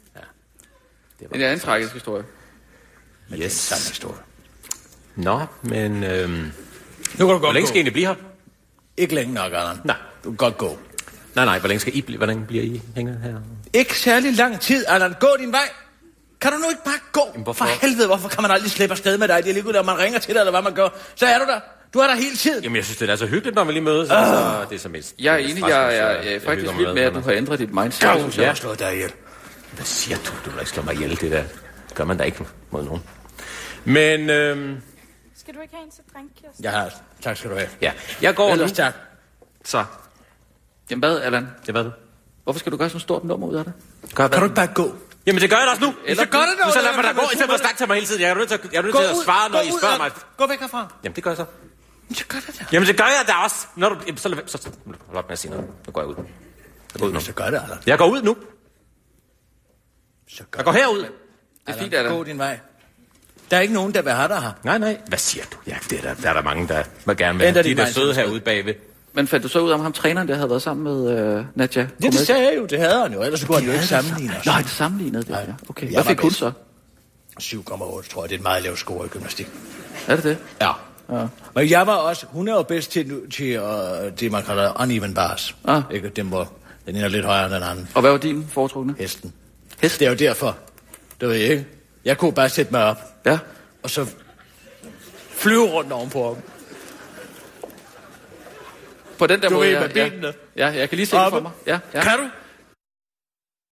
En anden tragisk historie. Men det er en sand historie. Nå, men... Øhm, Nu kan du hvor godt længe gå. skal I egentlig blive her? Ikke længe nok, Allan. Nej. Du kan godt gå. Nej, nej, hvor længe skal I blive? Hvordan bliver I hængende her? Ikke særlig lang tid, Allan. Gå din vej. Kan du nu ikke bare gå? Jamen, hvorfor? For helvede, hvorfor kan man aldrig slippe afsted med dig? Det er lige ud, når man ringer til dig, eller hvad man gør. Så er du der. Du er der hele tiden. Jamen, jeg synes, det er så hyggeligt, når vi lige mødes. Altså, det er så mest... Jeg er mest enig, stressfuldt, jeg er, så jeg er jeg faktisk hygger mig vild med, at du men har ændret dit mindset. Ja, synes jeg jeg. har slået dig ihjel. Hvad siger du? Du vil ikke slå mig ihjel, det der. Gør man da ikke mod nogen. Men, øhm, Skal du ikke have en til drink, Kirsten? Jeg har. Tak skal du have. ja. Jeg går nu. Ellers tak. Så. Jamen hvad, Allan? Det var det. Hvorfor skal du gøre sådan et stort nummer ud af det? Gør Kan du ikke bare gå? Jamen, det gør jeg da også nu. Eller- Så gør det Nu dog. så lad mig da Allan. gå, i stedet for at snakke til mig hele tiden. Jeg er nødt til at, jeg er nødt Gå til at ud, svare, når gå I ud, spørger mig. Allan. Gå væk herfra. Jamen, det gør jeg så. Så gør det da. Jamen, det gør jeg da også. Når du... Jamen, så lad så, så, hold op med at sige noget. Nu går jeg ud. Jeg går ud nu. Så gør det, Allan. Jeg går ud nu. Så gør Jeg går herud. Det er fint, Allan. Gå din vej. Der er ikke nogen, der vil have dig her. Nej, nej. Hvad siger du? Ja, det er der, der er der mange, der vil gerne med. Ændrer De din der vej, søde synes jeg. herude bagved. Men fandt du så ud af, om ham træneren, der havde været sammen med øh, Nadia? Ja, det sagde jeg jo. Det havde han jo. Ellers kunne han jo ikke sammenligne os. Nej, det sammenlignede det, ja. Okay. Jeg Hvad var fik hun bedst. så? syv komma otte, tror jeg. Det er en meget lav score i gymnastik. Er det det? Ja. ja. Men jeg var også... Hun er jo bedst til, til uh, det, man kalder uneven bars. Ah. Ikke? Den, hvor, den er lidt højere end den anden. Og hvad var din foretrukne? Hesten. Hest? Det er jo derfor. Du ved ikke. Jeg kunne bare sætte mig op. Ja. Og så flyve rundt ovenpå ham. På den der du måde, ved, ja, med benene. Ja. ja, jeg kan lige se det for mig. Ja, ja. Kan du?